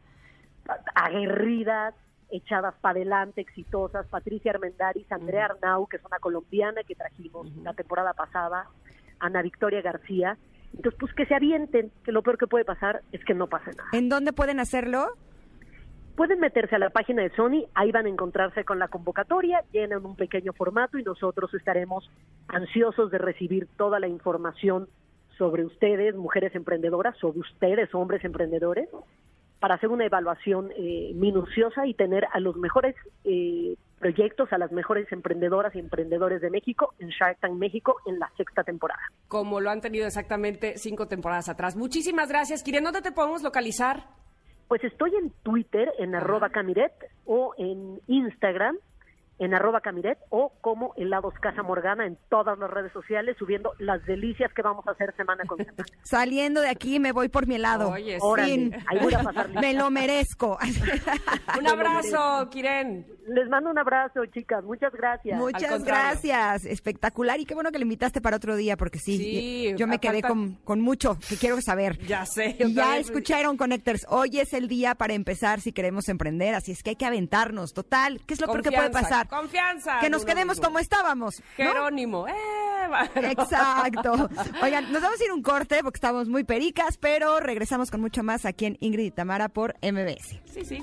aguerridas, echadas para adelante, exitosas. Patricia Armendáriz, Andrea Arnau, que es una colombiana que trajimos la temporada pasada, Ana Victoria García. Entonces, pues que se avienten, que lo peor que puede pasar es que no pase nada. ¿En dónde pueden hacerlo? Pueden meterse a la página de Sony, ahí van a encontrarse con la convocatoria, llenan un pequeño formato y nosotros estaremos ansiosos de recibir toda la información sobre ustedes, mujeres emprendedoras, sobre ustedes, hombres emprendedores, para hacer una evaluación minuciosa y tener a los mejores proyectos, a las mejores emprendedoras y emprendedores de México en Shark Tank México en la sexta temporada. Como lo han tenido exactamente 5 temporadas atrás. Muchísimas gracias, Kirian. ¿Dónde te podemos localizar? Pues estoy en Twitter, en @Camiret, o en Instagram, en @Camiret, o como Helados Casa Morgana en todas las redes sociales, subiendo las delicias que vamos a hacer semana con semana. Saliendo de aquí me voy por mi helado. Oye, Órale, Fin. ahí voy a pasar lista. Me lo merezco. Un abrazo, Kirian. Les mando un abrazo, chicas. Muchas gracias. Al Muchas contrario. gracias. Espectacular. Y qué bueno que le invitaste para otro día, porque Sí, yo me quedé falta- con mucho que quiero saber. Ya sé. Y ya otra vez. escucharon, Connectors. Hoy es el día para empezar si queremos emprender, así es que hay que aventarnos. Total, ¿qué es lo peor que puede Confianza, pasar? Confianza. Que nos de uno quedemos mismo. como estábamos, ¿no? Jerónimo. Bueno. Exacto. Oigan, nos vamos a ir un corte porque estamos muy pericas, pero regresamos con mucho más aquí en Ingrid y Tamara por MBS. Sí, sí.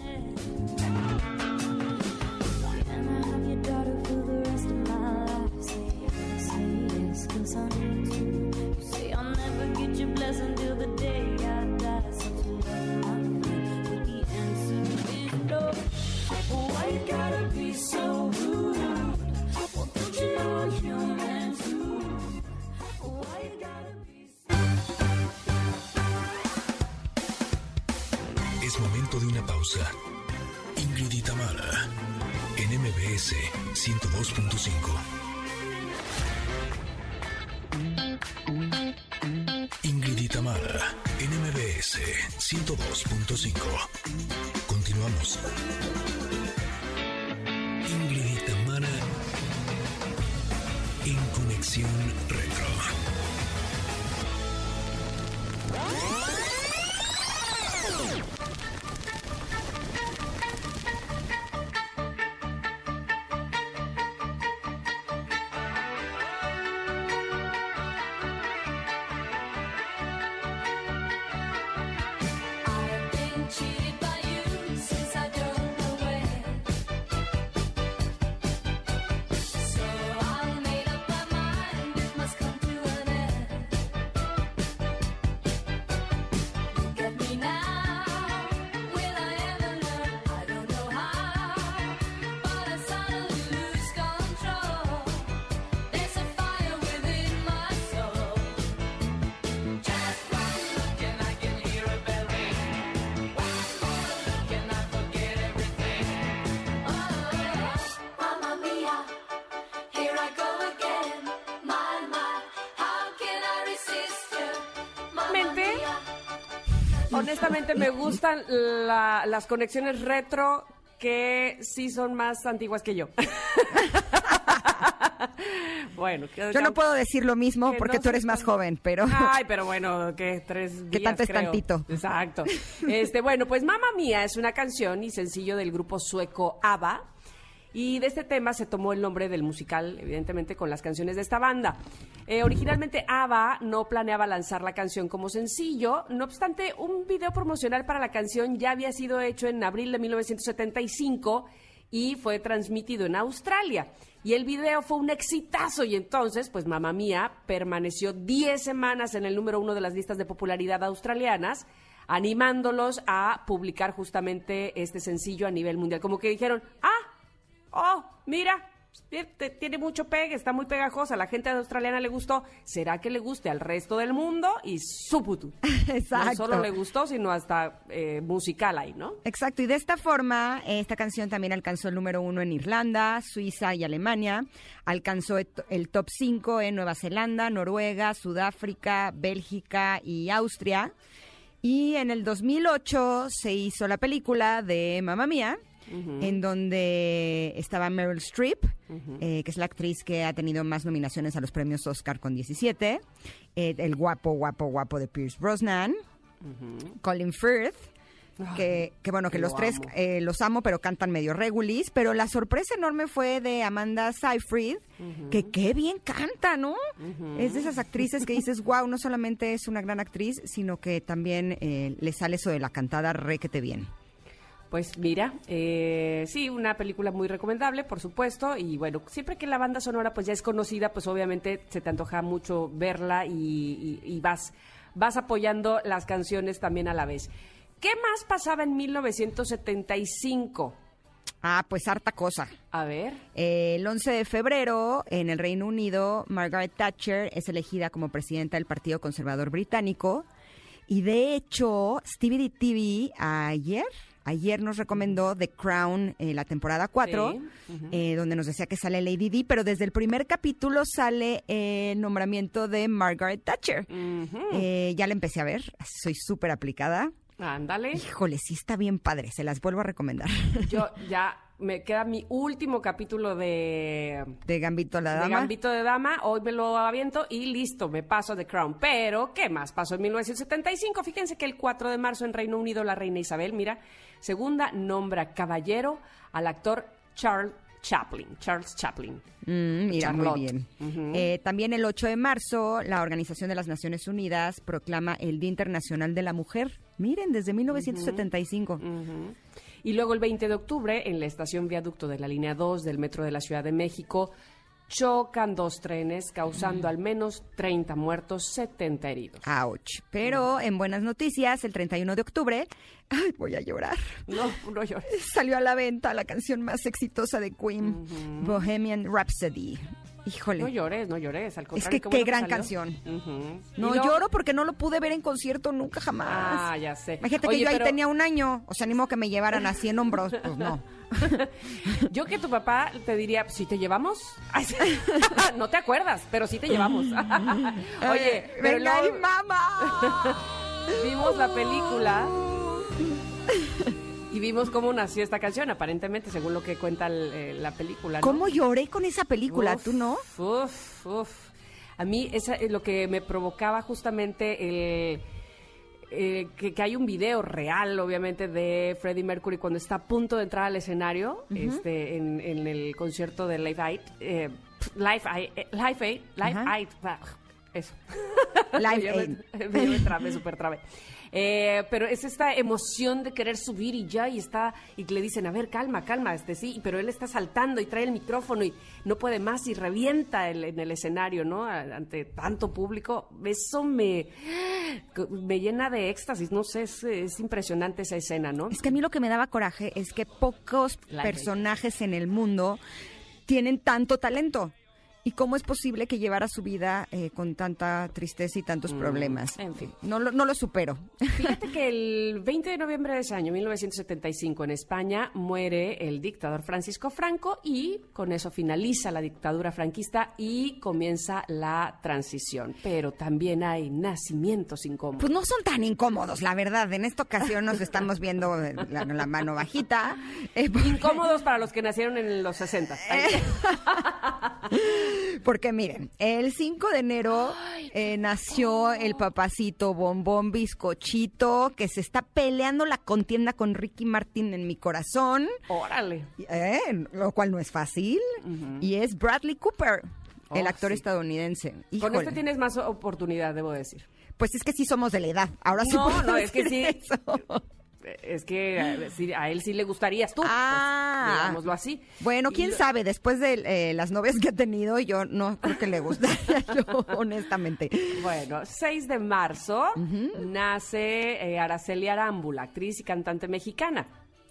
Can I have your daughter for the rest of my life? Say yes, 'cause I need to. You say I'll never get your blessing till the day I die. So to love my friend, but the answer is no. Why you gotta be so rude? Well, don't you know I'm human too? Why you gotta be so... Es momento de una pausa. Ingrid y Tamara, en MBS 102.5. Ingrid y Tamara, en MBS 102.5. Continuamos. Ingrid y Tamara, en Conexión Retro. I've been cheated by you since I drove away. So I made up my mind it must come to an end. Look at me now, will I ever learn? I don't know how, but I suddenly lose control. There's a fire within my soul. Just one look and I can hear a bell ring. One more look and I forget everything. Oh, Mamma Mia, here I go again. My, how can I resist you? Mamma Mente. Mia. Honestamente me gustan las conexiones retro que sí son más antiguas que yo. Bueno, Yo no puedo decir lo mismo que porque no tú eres soy más tan- joven, pero... Ay, pero bueno, que 3 días, ¿Qué tanto es creo. tantito? Exacto. Bueno, pues Mamma Mía es una canción y sencillo del grupo sueco ABBA. Y de este tema se tomó el nombre del musical, evidentemente, con las canciones de esta banda. Originalmente ABBA no planeaba lanzar la canción como sencillo, no obstante, un video promocional para la canción ya había sido hecho en abril de 1975 y fue transmitido en Australia. Y el video fue un exitazo y entonces, pues Mamma Mía permaneció 10 semanas en el número 1 de las listas de popularidad australianas, animándolos a publicar justamente este sencillo a nivel mundial. Como que dijeron, oh, mira, tiene mucho pegue, está muy pegajosa, a la gente australiana le gustó, ¿será que le guste al resto del mundo? Y suputu. Exacto. No solo le gustó, sino hasta musical ahí, ¿no? Exacto, y de esta forma, esta canción también alcanzó el número 1 en Irlanda, Suiza y Alemania, alcanzó el top 5 en Nueva Zelanda, Noruega, Sudáfrica, Bélgica y Austria, y en el 2008 se hizo la película de Mamma Mía, en donde estaba Meryl Streep, que es la actriz que ha tenido más nominaciones a los premios Oscar con 17, el guapo de Pierce Brosnan, Colin Firth, que bueno, que los tres los amo, pero cantan medio regulis, pero la sorpresa enorme fue de Amanda Seyfried, que qué bien canta, ¿no? Es de esas actrices que dices, wow, no solamente es una gran actriz, sino que también le sale eso de la cantada requete bien. Pues mira, sí, una película muy recomendable, por supuesto, y bueno, siempre que la banda sonora pues ya es conocida, pues obviamente se te antoja mucho verla y vas apoyando las canciones también a la vez. ¿Qué más pasaba en 1975? Ah, pues harta cosa. A ver. El 11 de febrero, en el Reino Unido, Margaret Thatcher es elegida como presidenta del Partido Conservador Británico, y de hecho, Stevie D TV ayer nos recomendó The Crown, la temporada 4, Sí. donde nos decía que sale Lady Di, pero desde el primer capítulo sale el nombramiento de Margaret Thatcher. Ya la empecé a ver, soy súper aplicada. Ándale. Híjole, sí está bien padre, se las vuelvo a recomendar. Yo ya me queda mi último capítulo de Gambito a la Dama. De Gambito de Dama, hoy me lo aviento y listo, me paso The Crown. Pero, ¿qué más pasó en 1975? Fíjense que el 4 de marzo en Reino Unido la reina Isabel, mira, segunda nombra caballero al actor Charles Chaplin. Mira, Charlotte. muy bien. También el 8 de marzo, la Organización de las Naciones Unidas proclama el Día Internacional de la Mujer. Miren, desde 1975. Y luego el 20 de octubre, en la estación Viaducto de la línea 2 del Metro de la Ciudad de México, chocan dos trenes, causando al menos 30 muertos, 70 heridos. ¡Auch! Pero en buenas noticias, el 31 de octubre, ¡ay, voy a llorar! No llores. Salió a la venta la canción más exitosa de Queen, Bohemian Rhapsody. Híjole. No llores, al contrario. Es que qué gran canción. No lloro porque no lo pude ver en concierto nunca jamás. Ah, ya sé. Imagínate que yo ahí tenía un año, o sea, ni modo que me llevaran así en hombros, pues no. Yo que tu papá te diría, ¿sí te llevamos? Ay, sí. No te acuerdas, pero sí te llevamos. Oye, pero venga ahí, luego mamá. vimos la película y vimos cómo nació esta canción, aparentemente, según lo que cuenta la película, ¿no? ¿Cómo lloré con esa película? ¿Tú no? Uf. A mí esa es lo que me provocaba justamente que hay un video real, obviamente, de Freddie Mercury cuando está a punto de entrar al escenario, en el concierto de Live Aid. Eso. Live Aid. Me trabé, súper trabé. Pero es esta emoción de querer subir y le dicen, a ver, calma, sí, pero él está saltando y trae el micrófono y no puede más y revienta en el escenario, ¿no? Ante tanto público. Eso me llena de éxtasis, no sé, es impresionante esa escena, ¿no? Es que a mí lo que me daba coraje es que pocos personajes en el mundo tienen tanto talento. ¿Y cómo es posible que llevara su vida con tanta tristeza y tantos problemas? En fin. No lo supero. Fíjate que el 20 de noviembre de ese año, 1975, en España, muere el dictador Francisco Franco y con eso finaliza la dictadura franquista y comienza la transición. Pero también hay nacimientos incómodos. Pues no son tan incómodos, la verdad. En esta ocasión nos estamos viendo la mano bajita. Incómodos para los que nacieron en los 60. Porque miren, el 5 de enero nació el papacito bombón bizcochito que se está peleando la contienda con Ricky Martin en mi corazón. Órale. Lo cual no es fácil. Y es Bradley Cooper, el actor sí. estadounidense. Con este tienes más oportunidad, debo decir. Pues es que sí somos de la edad. Ahora sí puedo es que sí. decir eso. Es que a él sí le gustarías tú, pues, digámoslo así. Bueno, quién sabe, después de las novias que ha tenido, yo no creo que le gustaría yo, honestamente. Bueno, 6 de marzo nace Araceli Arámbula, actriz y cantante mexicana.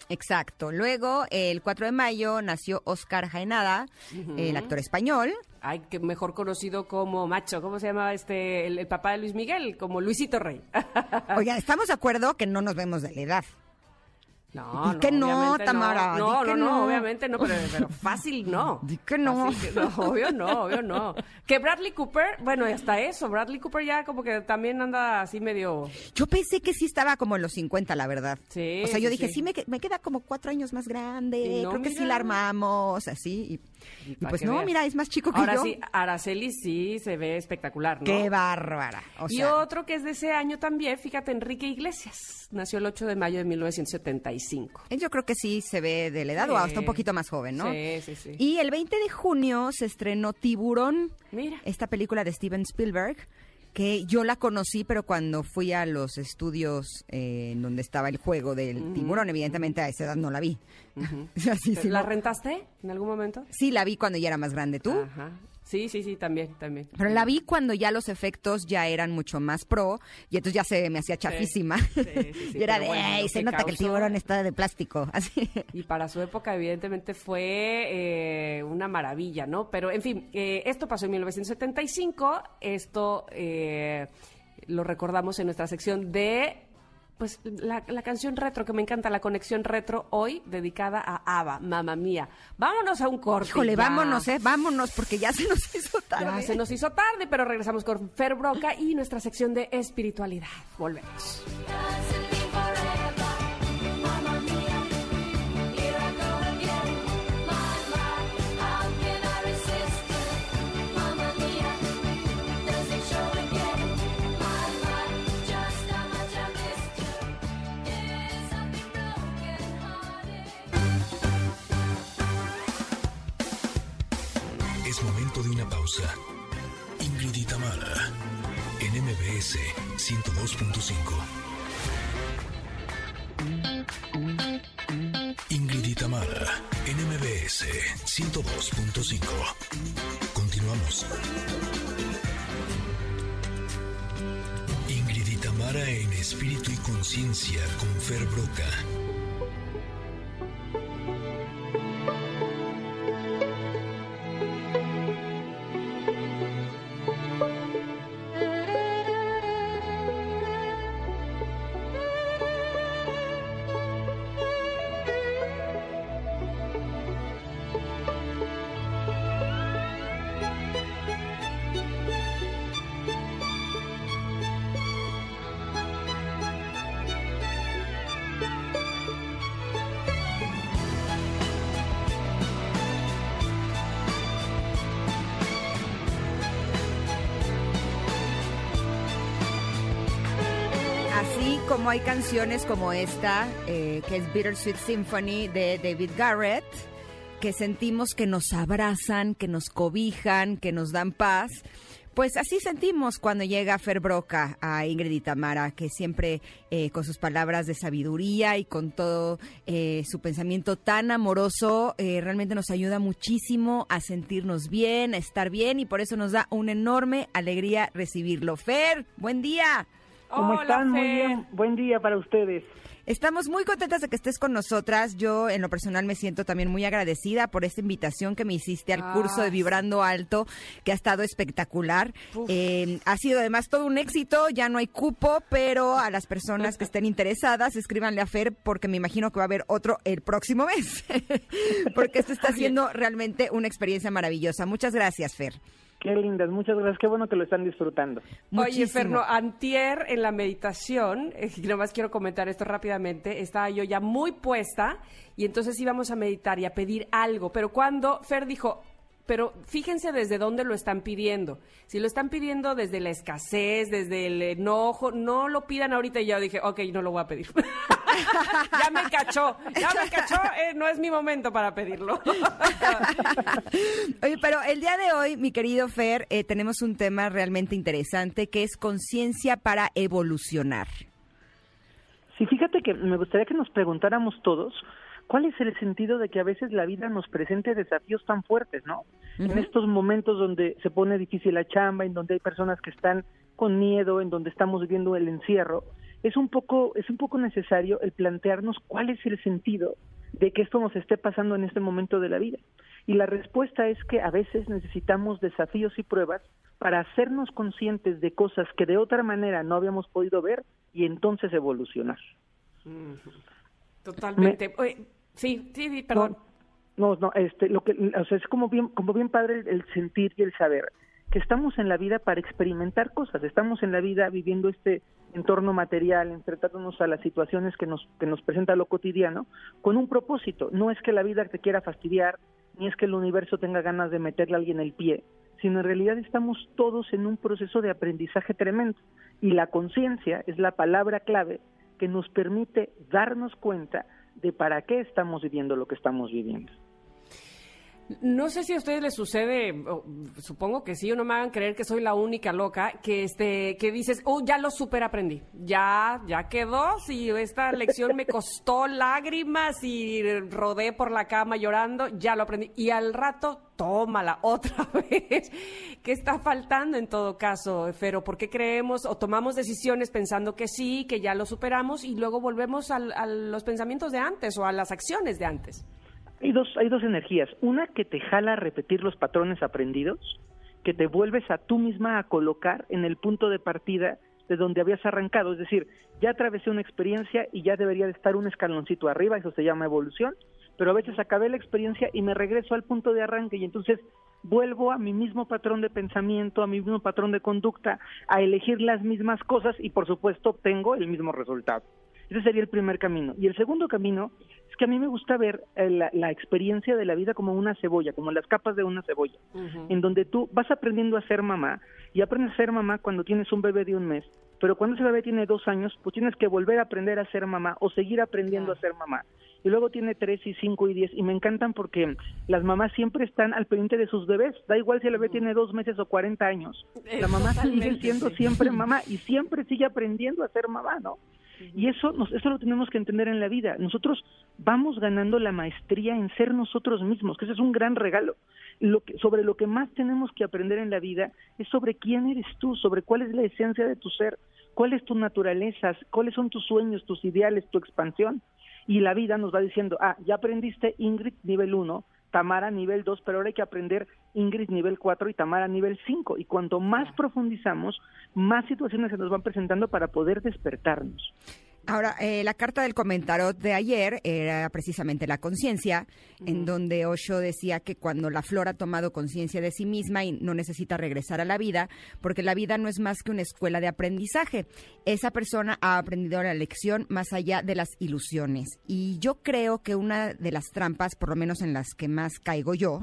Exacto. Luego, el 4 de mayo, nació Óscar Jaenada, el actor español. Ay, que mejor conocido como Macho. ¿Cómo se llama el papá de Luis Miguel? Como Luisito Rey. Oiga, ¿estamos de acuerdo que no nos vemos de la edad? No, Di que no, obviamente Tamara, No, di que no, no. obviamente no, pero fácil no. Di que no. Fácil obvio no. Que Bradley Cooper, bueno, hasta eso, Bradley Cooper ya como que también anda así medio... Yo pensé que sí estaba como en los 50, la verdad. Sí, O sea, yo sí, dije, sí. sí, me queda como 4 años más grande. Y no, Creo que sí mira. la armamos, así. Y para pues que no, veas. mira, es más chico que Ahora yo. sí, Araceli sí se ve espectacular, ¿no? Qué bárbara. O Y sea, otro que es de ese año también, fíjate, Enrique Iglesias. Nació el 8 de mayo de 1975. yo creo que sí se ve de la edad o Sí. hasta un poquito más joven, ¿no? Sí. Y el 20 de junio se estrenó Tiburón, Mira. esta película de Steven Spielberg, que yo la conocí, pero cuando fui a los estudios en donde estaba el juego del tiburón, evidentemente a esa edad no la vi. Así, sí, ¿La no. rentaste en algún momento? Sí, la vi cuando ya era más grande. ¿Tú? Ajá. Sí, también. Pero la vi cuando ya los efectos ya eran mucho más pro y entonces ya se me hacía chafísima. Sí, y era pero de, bueno, "Ey, lo se que nota que el causó- tiburón está de plástico". Así. Y para su época, evidentemente, fue una maravilla, ¿no? Pero, en fin, esto pasó en 1975. Esto lo recordamos en nuestra sección de... Pues la canción retro, que me encanta, la conexión retro hoy dedicada a ABBA, Mamma Mía. Vámonos a un corte. Híjole, ya. vámonos, porque ya se nos hizo tarde. Ya se nos hizo tarde, pero regresamos con Fer Broca y nuestra sección de espiritualidad. Volvemos. Doesn't mean forever, Mamma Mia. Here I go again, my, how can I resist? Mamma Mia, does it show again? My, just how much I missed you. Is something broken hearted? Es momento de una pausa. Ingrid y Tamara, en MBS 102.5. Ingrid y Tamara, en MBS 102.5. Continuamos. Ingrid y Tamara en Espíritu y Conciencia con Fer Broca. Así como hay canciones como esta, que es Bittersweet Symphony de David Garrett, que sentimos que nos abrazan, que nos cobijan, que nos dan paz. Pues así sentimos cuando llega Fer Broca a Ingrid y Tamara, que siempre con sus palabras de sabiduría y con todo su pensamiento tan amoroso, realmente nos ayuda muchísimo a sentirnos bien, a estar bien, y por eso nos da una enorme alegría recibirlo. Fer, buen día. ¿Cómo Hola, están? Muy Fer. bien. Buen día para ustedes. Estamos muy contentas de que estés con nosotras. Yo, en lo personal, me siento también muy agradecida por esta invitación que me hiciste al curso de Vibrando Alto, que ha estado espectacular. Ha sido además todo un éxito, ya no hay cupo, pero a las personas que estén interesadas, escríbanle a Fer, porque me imagino que va a haber otro el próximo mes, porque esto está siendo realmente una experiencia maravillosa. Muchas gracias, Fer. Qué lindas, muchas gracias. Qué bueno que lo están disfrutando. Oye, Muchísimo. Ferno, antier en la meditación, nomás quiero comentar esto rápidamente, estaba yo ya muy puesta y entonces íbamos a meditar y a pedir algo, pero cuando Fer dijo, pero fíjense desde dónde lo están pidiendo. Si lo están pidiendo desde la escasez, desde el enojo, no lo pidan ahorita. Y yo dije, ok, no lo voy a pedir. ya me cachó, no es mi momento para pedirlo. Oye, pero el día de hoy, mi querido Fer, tenemos un tema realmente interesante que es conciencia para evolucionar. Sí, fíjate que me gustaría que nos preguntáramos todos cuál es el sentido de que a veces la vida nos presente desafíos tan fuertes, ¿no? En estos momentos donde se pone difícil la chamba, en donde hay personas que están con miedo, en donde estamos viviendo el encierro, es un poco necesario el plantearnos cuál es el sentido de que esto nos esté pasando en este momento de la vida. Y la respuesta es que a veces necesitamos desafíos y pruebas para hacernos conscientes de cosas que de otra manera no habíamos podido ver y entonces evolucionar. Totalmente. Oye, sí, perdón. Es como bien padre el sentir y el saber que estamos en la vida para experimentar cosas, estamos en la vida viviendo este entorno material, enfrentándonos a las situaciones que nos presenta lo cotidiano, con un propósito. No es que la vida te quiera fastidiar, ni es que el universo tenga ganas de meterle a alguien el pie, sino en realidad estamos todos en un proceso de aprendizaje tremendo. Y la conciencia es la palabra clave que nos permite darnos cuenta de para qué estamos viviendo lo que estamos viviendo. No sé si a ustedes les sucede, supongo que sí, o no me hagan creer que soy la única loca, que dices, ya lo super aprendí, ya quedó, si esta lección me costó lágrimas y rodé por la cama llorando, ya lo aprendí, y al rato, tómala otra vez. ¿Qué está faltando en todo caso, Fero? ¿Por qué creemos o tomamos decisiones pensando que sí, que ya lo superamos, y luego volvemos a los pensamientos de antes o a las acciones de antes? Hay dos energías, una que te jala a repetir los patrones aprendidos, que te vuelves a tú misma a colocar en el punto de partida de donde habías arrancado, es decir, ya atravesé una experiencia y ya debería de estar un escaloncito arriba, eso se llama evolución, pero a veces acabé la experiencia y me regreso al punto de arranque y entonces vuelvo a mi mismo patrón de pensamiento, a mi mismo patrón de conducta, a elegir las mismas cosas y por supuesto obtengo el mismo resultado. Ese sería el primer camino. Y el segundo camino es que a mí me gusta ver la experiencia de la vida como una cebolla, como las capas de una cebolla, en donde tú vas aprendiendo a ser mamá, y aprendes a ser mamá cuando tienes un bebé de 1 mes, pero cuando ese bebé tiene 2 años, pues tienes que volver a aprender a ser mamá o seguir aprendiendo a ser mamá. Y luego tiene 3 y 5 y 10, y me encantan porque las mamás siempre están al pendiente de sus bebés, da igual si el bebé tiene 2 meses o 40 años, la mamá sigue siendo siempre mamá y siempre sigue aprendiendo a ser mamá, ¿no? Y eso lo tenemos que entender en la vida. Nosotros vamos ganando la maestría en ser nosotros mismos, que ese es un gran regalo. Sobre lo que más tenemos que aprender en la vida es sobre quién eres tú, sobre cuál es la esencia de tu ser, cuál es tu naturaleza, cuáles son tus sueños, tus ideales, tu expansión. Y la vida nos va diciendo, ya aprendiste Ingrid nivel 1, Tamara nivel 2, pero ahora hay que aprender Ingrid nivel 4 y Tamara nivel 5. Y cuanto más profundizamos, más situaciones se nos van presentando para poder despertarnos. Ahora, la carta del comentarot de ayer era precisamente la conciencia, en donde Osho decía que cuando la flor ha tomado conciencia de sí misma y no necesita regresar a la vida, porque la vida no es más que una escuela de aprendizaje. Esa persona ha aprendido la lección más allá de las ilusiones. Y yo creo que una de las trampas, por lo menos en las que más caigo yo,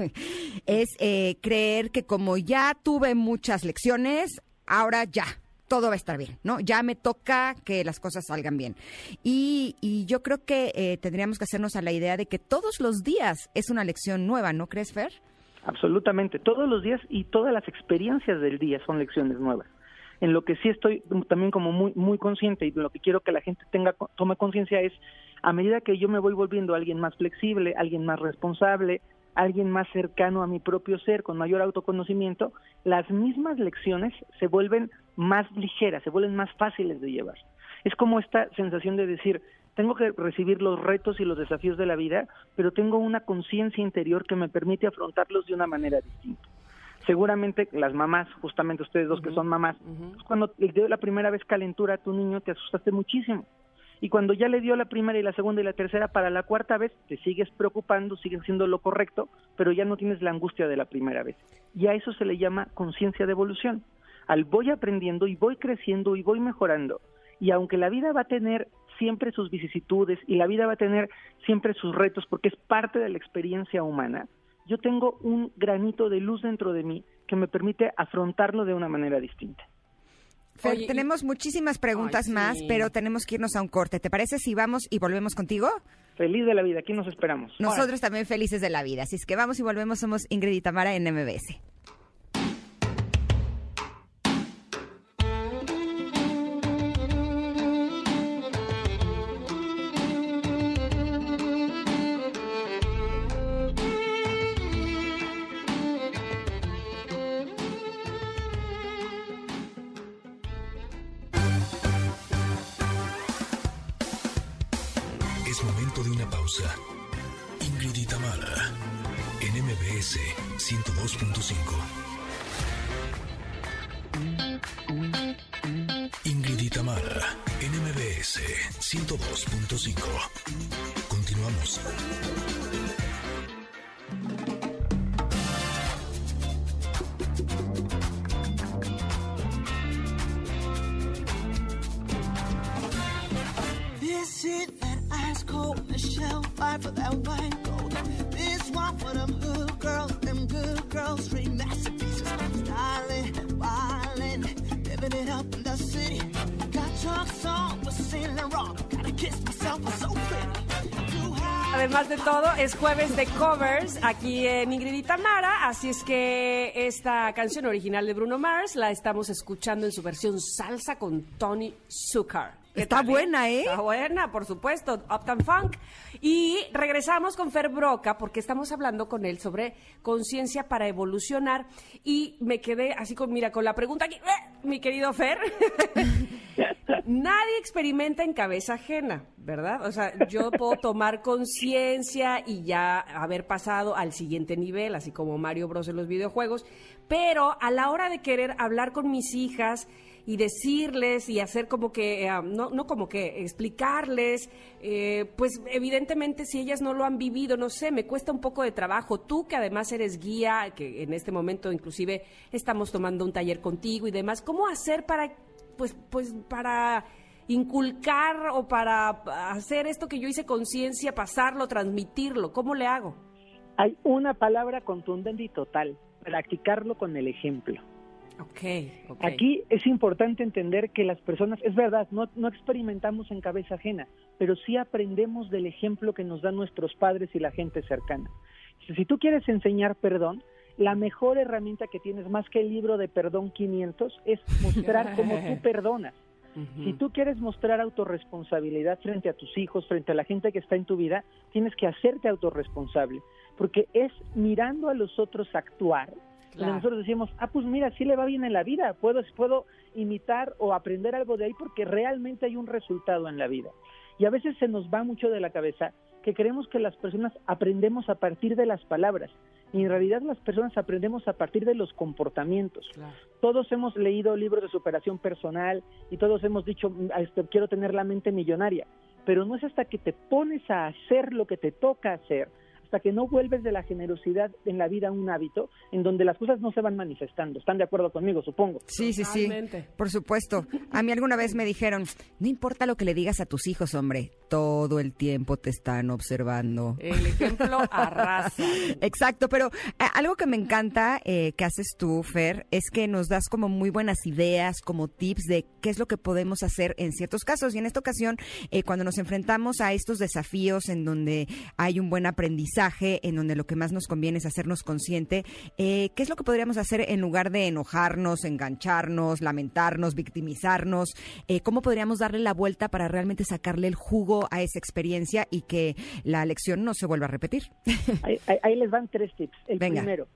es creer que como ya tuve muchas lecciones, ahora ya todo va a estar bien, ¿no? Ya me toca que las cosas salgan bien. Y yo creo que tendríamos que hacernos a la idea de que todos los días es una lección nueva, ¿no crees, Fer? Absolutamente, todos los días y todas las experiencias del día son lecciones nuevas. En lo que sí estoy también como muy consciente y lo que quiero que la gente tome conciencia es, a medida que yo me voy volviendo alguien más flexible, alguien más responsable, alguien más cercano a mi propio ser, con mayor autoconocimiento, las mismas lecciones se vuelven más ligeras, se vuelven más fáciles de llevar. Es como esta sensación de decir, tengo que recibir los retos y los desafíos de la vida, pero tengo una conciencia interior que me permite afrontarlos de una manera distinta. Seguramente las mamás, justamente ustedes dos que son mamás, cuando le dio la primera vez calentura a tu niño te asustaste muchísimo. Y cuando ya le dio la primera y la segunda y la tercera, para la cuarta vez te sigues preocupando, sigues haciendo lo correcto, pero ya no tienes la angustia de la primera vez. Y a eso se le llama conciencia de evolución. Al voy aprendiendo y voy creciendo y voy mejorando. Y aunque la vida va a tener siempre sus vicisitudes y la vida va a tener siempre sus retos, porque es parte de la experiencia humana, yo tengo un granito de luz dentro de mí que me permite afrontarlo de una manera distinta. Fer, tenemos muchísimas preguntas más, pero tenemos que irnos a un corte. ¿Te parece si vamos y volvemos contigo? Feliz de la vida, aquí nos esperamos. Nosotros también felices de la vida. Así es que vamos y volvemos. Somos Ingrid y Tamara en MBS. momento de una pausa. Ingrid y Tamara, en MBS 102.5. Ingrid y Tamara, en MBS 102.5. Continuamos. This is that ice cold Michelle fight for that white gold. This one for them hood girls, them good girls, street masterpieces. Styling, wildin', living it up in the city. Got trucks on, was sailing wrong. Gotta kiss myself, I'm so pretty. Too high. Además de todo, es jueves de covers aquí en Ingrid y Tamara, así es que esta canción original de Bruno Mars la estamos escuchando en su versión salsa con Tony Zucker. Está buena, ¿eh? Está buena, por supuesto, Uptown Funk. Y regresamos con Fer Broca porque estamos hablando con él sobre conciencia para evolucionar y me quedé así con la pregunta aquí, mi querido Fer. Nadie experimenta en cabeza ajena, ¿verdad? O sea, yo puedo tomar conciencia y ya haber pasado al siguiente nivel, así como Mario Bros en los videojuegos, pero a la hora de querer hablar con mis hijas y decirles y hacer como que, no como que explicarles, pues evidentemente si ellas no lo han vivido, no sé, me cuesta un poco de trabajo. Tú que además eres guía, que en este momento inclusive estamos tomando un taller contigo y demás, ¿cómo hacer para, pues para inculcar o para hacer esto que yo hice conciencia, pasarlo, transmitirlo? ¿Cómo le hago? Hay una palabra contundente y total, practicarlo con el ejemplo. Okay. Aquí es importante entender que las personas, es verdad, no experimentamos en cabeza ajena, pero sí aprendemos del ejemplo que nos dan nuestros padres y la gente cercana. Si tú quieres enseñar perdón, la mejor herramienta que tienes, más que el libro de Perdón 500, es mostrar cómo tú perdonas. Uh-huh. Si tú quieres mostrar autorresponsabilidad frente a tus hijos, frente a la gente que está en tu vida, tienes que hacerte autorresponsable, porque es mirando a los otros actuar. Claro. Nosotros decimos, pues mira, sí le va bien en la vida, puedo imitar o aprender algo de ahí porque realmente hay un resultado en la vida. Y a veces se nos va mucho de la cabeza que creemos que las personas aprendemos a partir de las palabras, y en realidad las personas aprendemos a partir de los comportamientos. Claro. Todos hemos leído libros de superación personal y todos hemos dicho, quiero tener la mente millonaria, pero no es hasta que te pones a hacer lo que te toca hacer, hasta que no vuelves de la generosidad en la vida un hábito, en donde las cosas no se van manifestando. ¿Están de acuerdo conmigo, supongo? Sí, por supuesto. A mí alguna vez me dijeron, no importa lo que le digas a tus hijos, hombre, todo el tiempo te están observando. El ejemplo arrasa. Exacto, pero algo que me encanta que haces tú, Fer, es que nos das como muy buenas ideas, como tips de qué es lo que podemos hacer en ciertos casos. Y en esta ocasión, cuando nos enfrentamos a estos desafíos en donde hay un buen aprendizaje, en donde lo que más nos conviene es hacernos consciente, ¿qué es lo que podríamos hacer en lugar de enojarnos, engancharnos, lamentarnos, victimizarnos? ¿Cómo podríamos darle la vuelta para realmente sacarle el jugo a esa experiencia y que la lección no se vuelva a repetir? Ahí les van 3 tips. El Venga. Primero,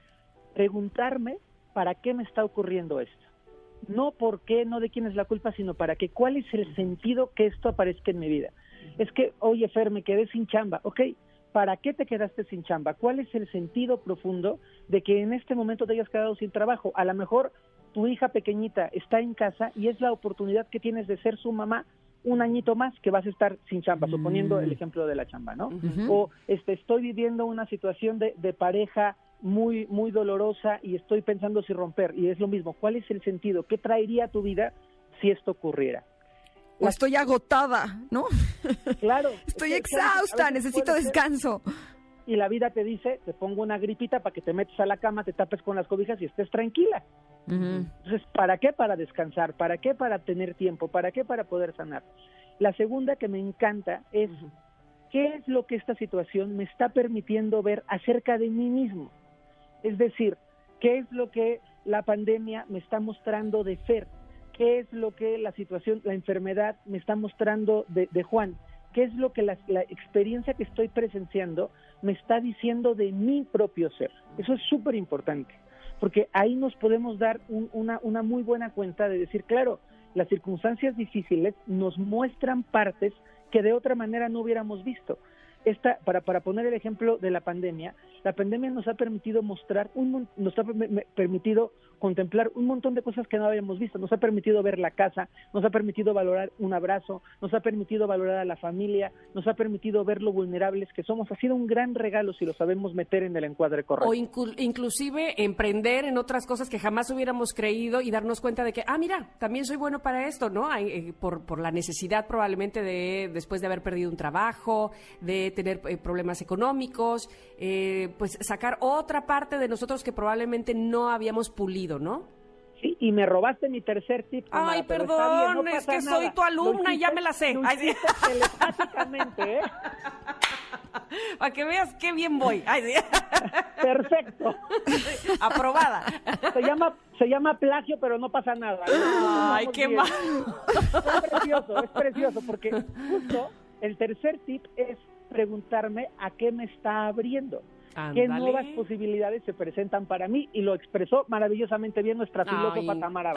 preguntarme ¿para qué me está ocurriendo esto? No por qué, no de quién es la culpa, sino para qué. ¿Cuál es el sentido que esto aparezca en mi vida? Es que, oye, Fer, me quedé sin chamba. Ok, ¿para qué te quedaste sin chamba? ¿Cuál es el sentido profundo de que en este momento te hayas quedado sin trabajo? A lo mejor tu hija pequeñita está en casa y es la oportunidad que tienes de ser su mamá un añito más que vas a estar sin chamba, suponiendo el ejemplo de la chamba, ¿no? Uh-huh. O estoy viviendo una situación de pareja muy, muy dolorosa y estoy pensando si romper, y es lo mismo. ¿Cuál es el sentido? ¿Qué traería a tu vida si esto ocurriera? O estoy agotada, ¿no? Claro. Estoy exhausta, necesito descanso. Y la vida te dice, te pongo una gripita para que te metes a la cama, te tapes con las cobijas y estés tranquila. Uh-huh. Entonces, ¿para qué? Para descansar. ¿Para qué? Para tener tiempo. ¿Para qué? Para poder sanar. La segunda que me encanta es, ¿qué es lo que esta situación me está permitiendo ver acerca de mí mismo? Es decir, ¿qué es lo que la pandemia me está mostrando de Fer? ¿Qué es lo que la situación, la enfermedad me está mostrando de Juan? ¿Qué es lo que la experiencia que estoy presenciando me está diciendo de mi propio ser? Eso es súper importante, porque ahí nos podemos dar una muy buena cuenta de decir, claro, las circunstancias difíciles nos muestran partes que de otra manera no hubiéramos visto. Para poner el ejemplo de la pandemia nos ha permitido mostrar, nos ha permitido contemplar un montón de cosas que no habíamos visto, nos ha permitido ver la casa, nos ha permitido valorar un abrazo, nos ha permitido valorar a la familia, nos ha permitido ver lo vulnerables que somos. Ha sido un gran regalo si lo sabemos meter en el encuadre correcto. O inclusive emprender en otras cosas que jamás hubiéramos creído y darnos cuenta de que, mira, también soy bueno para esto, ¿no? Por la necesidad probablemente después de haber perdido un trabajo, de tener problemas económicos, pues sacar otra parte de nosotros que probablemente no habíamos pulido, ¿no? Sí, y me robaste mi tercer tip. Ay, pero perdón, está bien, no es pasa que nada. soy tu alumna y ya me la sé. Lo Ay, sí. hiciste telepáticamente, ¿eh? Para que veas qué bien voy. Ay, sí. Perfecto. Aprobada. Se llama plagio, pero no pasa nada. Ay, qué mal. Es precioso, porque justo el tercer tip es preguntarme a qué me está abriendo. Ándale. ¿Qué nuevas posibilidades se presentan para mí? Y lo expresó maravillosamente bien nuestra filósofa Tamara.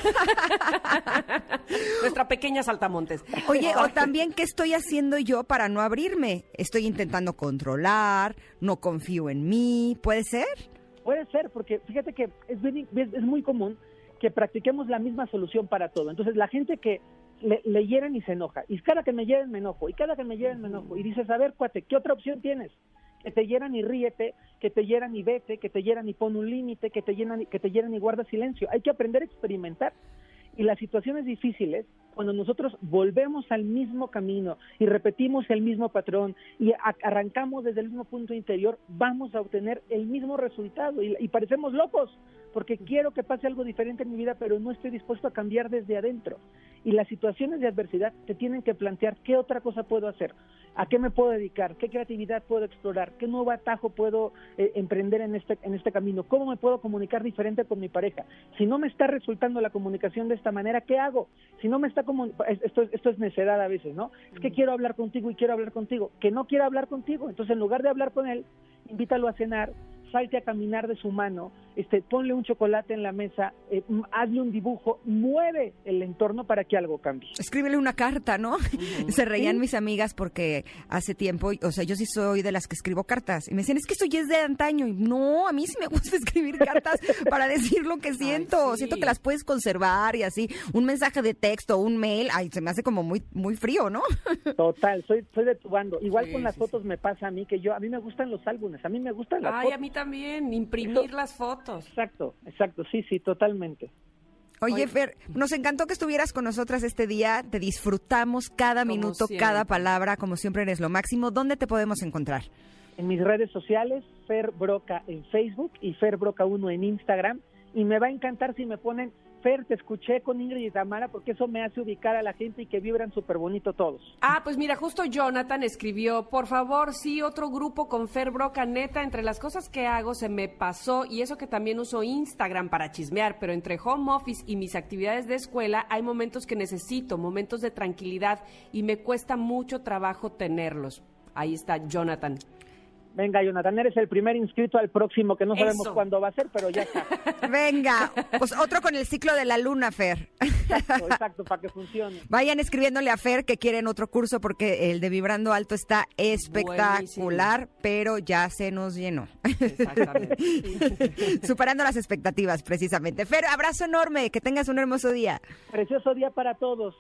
Nuestra pequeña saltamontes. Oye, o también, ¿qué estoy haciendo yo para no abrirme? Estoy intentando controlar, no confío en mí, ¿puede ser? Puede ser, porque fíjate que es muy común que practiquemos la misma solución para todo. Entonces, la gente que le hieren y se enoja, y cada que me hieren me enojo, y cada que me hieren me enojo, y dices, a ver, cuate, ¿qué otra opción tienes? Que te hieran y ríete, que te hieran y vete, que te hieran y pon un límite, que te hieran y guarda silencio. Hay que aprender a experimentar. Y las situaciones difíciles, cuando nosotros volvemos al mismo camino y repetimos el mismo patrón y arrancamos desde el mismo punto interior, vamos a obtener el mismo resultado y parecemos locos, porque quiero que pase algo diferente en mi vida, pero no estoy dispuesto a cambiar desde adentro. Y las situaciones de adversidad te tienen que plantear qué otra cosa puedo hacer, a qué me puedo dedicar, qué creatividad puedo explorar, qué nuevo atajo puedo emprender en este camino, cómo me puedo comunicar diferente con mi pareja. Si no me está resultando la comunicación de esta manera, ¿qué hago? Si no me está esto es necedad a veces, ¿no? Es que quiero hablar contigo y quiero hablar contigo, que no quiera hablar contigo. Entonces, en lugar de hablar con él, invítalo a cenar, salte a caminar de su mano, ponle un chocolate en la mesa, hazle un dibujo, mueve el entorno para que algo cambie. Escríbele una carta, ¿no? Se reían mis amigas porque hace tiempo, o sea, yo sí soy de las que escribo cartas, y me decían, es que esto ya es de antaño, y no, a mí sí me gusta escribir cartas para decir lo que siento. Ay, sí. Siento que las puedes conservar y así, un mensaje de texto, un mail, se me hace como muy, muy frío, ¿no? Total, soy de tu bando. Igual Sí, con las sí, fotos me pasa a mí, que a mí me gustan los álbumes, a mí me gustan las Ay, fotos. a mí también, imprimir las fotos. Exacto, sí, totalmente. Oye, Fer, nos encantó que estuvieras con nosotras este día, te disfrutamos cada Como minuto, siempre. cada palabra, como siempre eres lo máximo. ¿Dónde te podemos encontrar? En mis redes sociales, Fer Broca en Facebook y Fer Broca 1 en Instagram, y me va a encantar si me ponen Fer, te escuché con Ingrid y Tamara, porque eso me hace ubicar a la gente y que vibran súper bonito todos. Pues mira, justo Jonathan escribió, por favor, sí, otro grupo con Fer Broca, neta, entre las cosas que hago se me pasó, y eso que también uso Instagram para chismear, pero entre home office y mis actividades de escuela hay momentos que necesito, momentos de tranquilidad, y me cuesta mucho trabajo tenerlos. Ahí está Jonathan. Venga, Jonathan, eres el primer inscrito al próximo, que no sabemos Eso. cuándo va a ser, pero ya está. Venga, pues otro con el ciclo de la luna, Fer. Exacto, para que funcione. Vayan escribiéndole a Fer que quieren otro curso porque el de Vibrando Alto está espectacular, pero ya se nos llenó. Exactamente. Superando las expectativas, precisamente. Fer, abrazo enorme, que tengas un hermoso día. Precioso día para todos.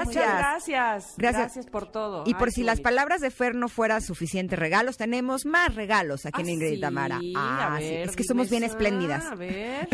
Gracias. Gracias por todo. Y por Ay, si qué las bonito. palabras de Fer no fueran suficientes regalos, tenemos más regalos aquí en Ingrid y sí, Tamara. a Sí, ver, es que somos bien dime esa, espléndidas. A ver.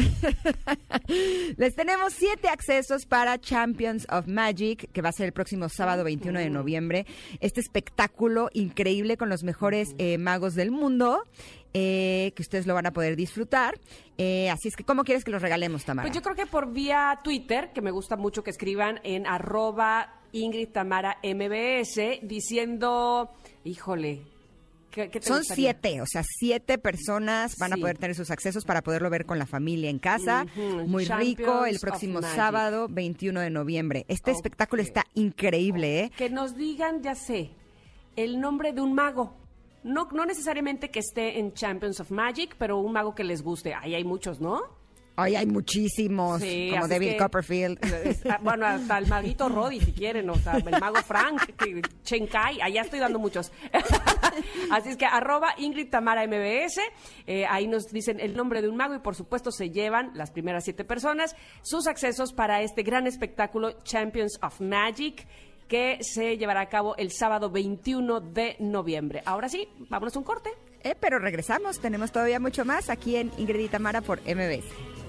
Les tenemos 7 accesos para Champions of Magic, que va a ser el próximo sábado 21 de noviembre. Este espectáculo increíble con los mejores magos del mundo, que ustedes lo van a poder disfrutar. Así es que, ¿cómo quieres que los regalemos, Tamara? Pues yo creo que por vía Twitter, que me gusta mucho que escriban en @Ingrid Tamara MBS, diciendo, híjole, ¿qué te Son gustaría? 7, o sea, 7 personas van a Sí. poder tener sus accesos para poderlo ver con la familia en casa. Ujú, Muy Champions rico, el of próximo Magic. sábado 21 de noviembre. Este Ok. espectáculo está increíble, ¿eh? Que nos digan, ya sé, el nombre de un mago. No necesariamente que esté en Champions of Magic, pero un mago que les guste. Ahí hay muchos, ¿no? Ay, hay muchísimos, Sí, como así David que- Copperfield. Bueno, hasta el maguito Roddy, si quieren, o sea, el mago Frank, Chen Kai, allá estoy dando muchos. Así es que @Ingrid Tamara MBS, ahí nos dicen el nombre de un mago y por supuesto se llevan las primeras 7 personas sus accesos para este gran espectáculo Champions of Magic, que se llevará a cabo el sábado 21 de noviembre. Ahora sí, vámonos a un corte. Pero regresamos, tenemos todavía mucho más aquí en Ingrid y Tamara por MBS.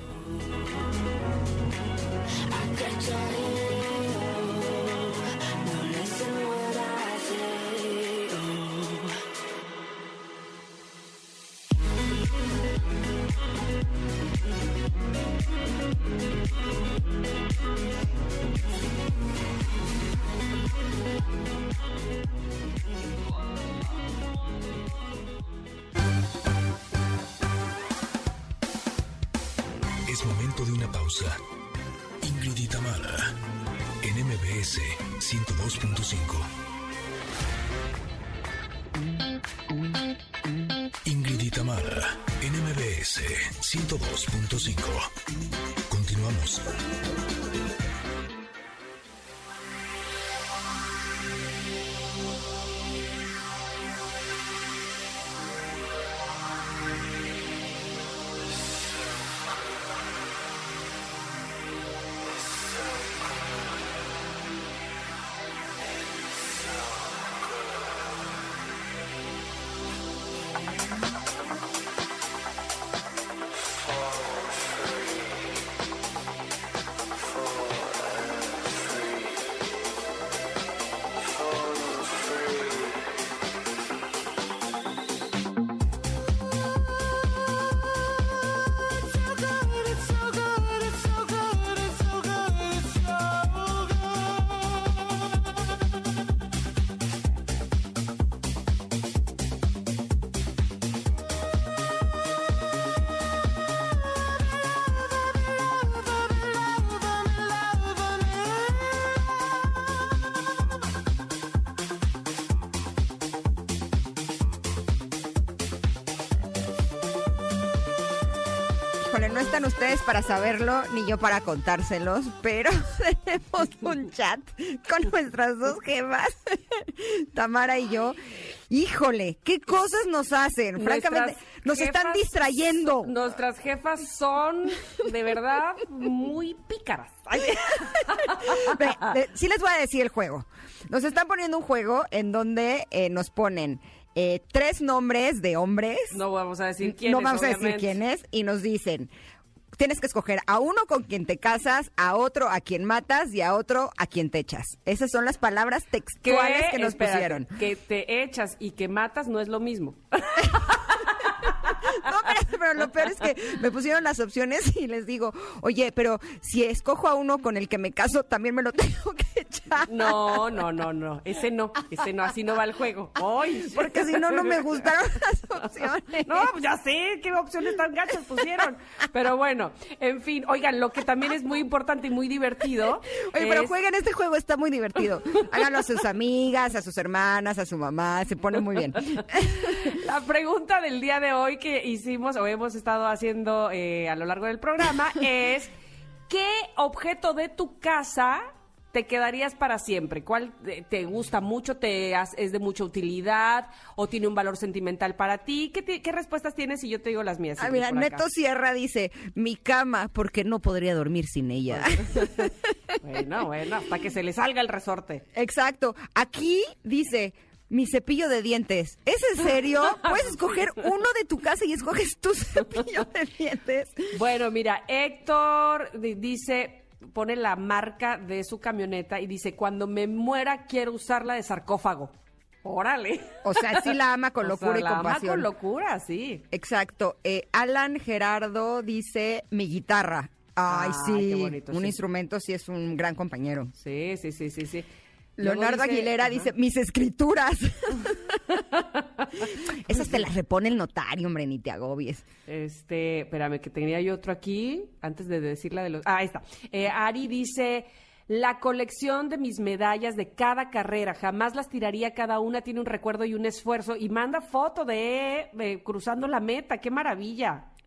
Es momento de una pausa. Ingrid y Tamara, en MBS 102.5. Ingrid y Tamara, en MBS 102.5. Continuamos. Híjole, no están ustedes para saberlo, ni yo para contárselos, pero tenemos un chat con nuestras dos jefas, Tamara y yo. Híjole, ¿qué cosas nos hacen? Francamente, Nuestras nos están jefas- distrayendo. Nuestras jefas son, de verdad, muy pícaras. Ay, Sí les voy a decir el juego. Nos están poniendo un juego en donde nos ponen 3 nombres de hombres. no vamos a decir quiénes, No vamos a decir obviamente. quiénes. Y nos dicen, tienes que escoger a uno con quien te casas, a otro a quien matas y a otro a quien te echas. Esas son las palabras textuales que nos Espérate, pusieron. Que te echas y que matas no es lo mismo. No, pero lo peor es que me pusieron las opciones y les digo, oye, pero si escojo a uno con el que me caso, también me lo tengo que echar. No, ese no, así no va el juego. Ay, Porque si no, no me gustaron las opciones. No, pues ya sé qué opciones tan gachas pusieron. Pero bueno, en fin, oigan, lo que también es muy importante y muy divertido. Oye, pero es- jueguen, este juego está muy divertido. Háganlo a sus amigas, a sus hermanas, a su mamá, se pone muy bien. La pregunta del día de hoy que hicimos o hemos estado haciendo a lo largo del programa es: ¿qué objeto de tu casa te quedarías para siempre? ¿Cuál te gusta mucho, es de mucha utilidad o tiene un valor sentimental para ti? ¿Qué respuestas tienes? Y yo te digo las mías. Ah, Ingrid, mira, por acá. Neto Sierra dice, mi cama, porque no podría dormir sin ella. Bueno, hasta que se le salga el resorte. Exacto. Aquí dice, mi cepillo de dientes. ¿Es en serio? Puedes escoger uno de tu casa y escoges tu cepillo de dientes. Bueno, mira, Héctor dice, pone la marca de su camioneta y dice, cuando me muera quiero usarla de sarcófago. Órale. O sea, sí la ama con O locura sea, y la ama compasión. con locura, sí. Exacto. Alan Gerardo dice, mi guitarra. Ay, sí. qué bonito, un sí. instrumento sí es un gran compañero. Sí. Leonardo Luego dice- Aguilera ajá. dice, mis escrituras. Esas te las repone el notario, hombre, ni te agobies. Espérame, que tenía yo otro aquí, antes de decir la de los... ahí está. Ari dice, la colección de mis medallas de cada carrera, jamás las tiraría, cada una tiene un recuerdo y un esfuerzo, y manda foto de cruzando la meta, qué maravilla.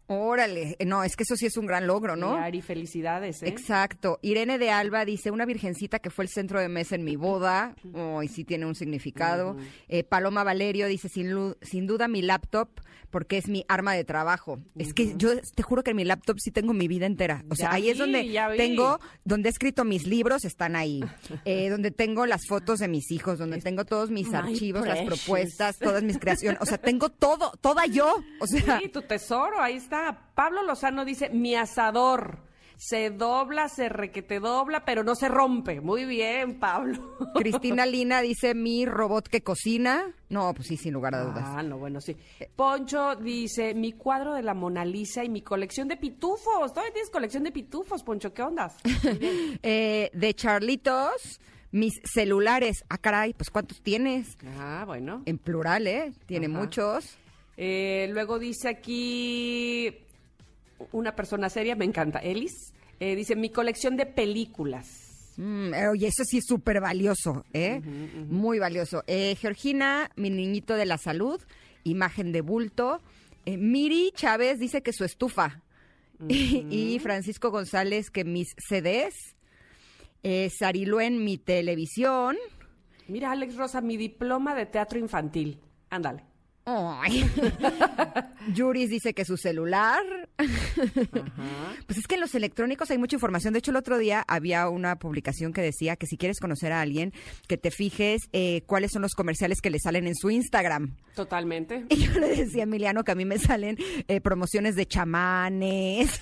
Órale, no, es que eso sí es un gran logro, ¿no? Y Ari, felicidades, ¿eh? Exacto. Irene de Alba dice, una virgencita que fue el centro de mesa en mi boda. Y sí tiene un significado. Paloma Valerio dice, sin duda mi laptop, porque es mi arma de trabajo. Es que yo te juro que en mi laptop sí tengo mi vida entera. O sea, Ya ahí es vi, donde ya vi. donde he escrito mis libros, están ahí. Donde tengo las fotos de mis hijos, donde tengo todos mis My archivos, las precious. propuestas, todas mis creaciones. O sea, tengo todo, toda yo. O sea, Sí, tu tesoro, ahí está. Pablo Lozano dice, mi asador. Se dobla, se requete dobla, pero no se rompe. Muy bien, Pablo. Cristina Lina dice, mi robot que cocina. No, pues sí, sin lugar a dudas. Ah, no, bueno, sí. Poncho dice, mi cuadro de la Mona Lisa y mi colección de pitufos. ¿Todavía tienes colección de pitufos, Poncho? ¿Qué ondas? De Charlitos, mis celulares. Ah, caray, pues ¿cuántos tienes? Ah, bueno. En plural, ¿eh? Tiene Ajá. muchos. Luego dice aquí una persona seria, me encanta, Elis. Dice, mi colección de películas. Oye, eso sí es súper valioso, ¿eh? Muy valioso. Georgina, mi niñito de la salud, imagen de bulto. Miri Chávez dice que su estufa. Y Francisco González que mis CDs. Sariluen, mi televisión. Mira, Alex Rosa, mi diploma de teatro infantil. Ándale. Ay. Yuris dice que su celular. Pues es que en los electrónicos hay mucha información. De hecho, el otro día había una publicación que decía que si quieres conocer a alguien, que te fijes cuáles son los comerciales que le salen en su Instagram. Totalmente. Y yo le decía a Emiliano que a mí me salen promociones de chamanes.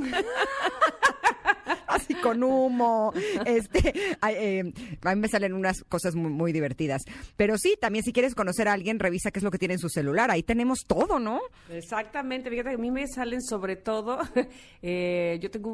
Así con humo. A mí me salen unas cosas muy, muy divertidas. Pero sí, también si quieres conocer a alguien, revisa qué es lo que tiene en su celular. Ahí tenemos todo, ¿no? Exactamente. Fíjate que a mí me salen sobre todo, yo tengo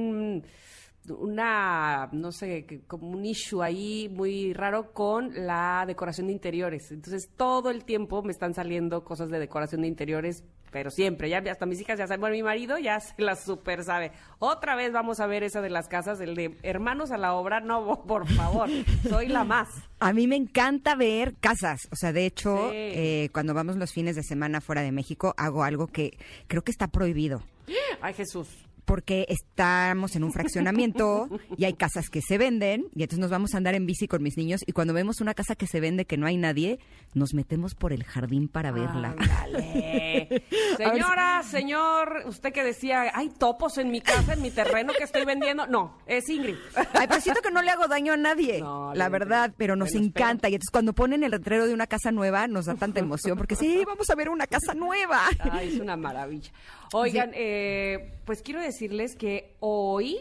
no sé, como un issue ahí muy raro con la decoración de interiores. Entonces, todo el tiempo me están saliendo cosas de decoración de interiores, pero siempre, ya hasta mis hijas ya saben, bueno, mi marido ya se las super sabe. Otra vez vamos a ver esa de las casas, el de hermanos a la obra, no, por favor, soy la más. A mí me encanta ver casas. O sea, de hecho, Sí. cuando vamos los fines de semana fuera de México, hago algo que creo que está prohibido. Ay, Jesús. Porque estamos en un fraccionamiento y hay casas que se venden y entonces nos vamos a andar en bici con mis niños y cuando vemos una casa que se vende que no hay nadie, nos metemos por el jardín para verla. Ándale. Señora, señor, usted que decía, hay topos en mi casa, en mi terreno que estoy vendiendo. No, es Ingrid. Ay, pero siento que no le hago daño a nadie, No, la verdad, pero nos bueno, encanta. Y entonces cuando ponen el letrero de una casa nueva, nos da tanta emoción, porque sí, vamos a ver una casa nueva. Ay, es una maravilla. Oigan, pues quiero decirles que hoy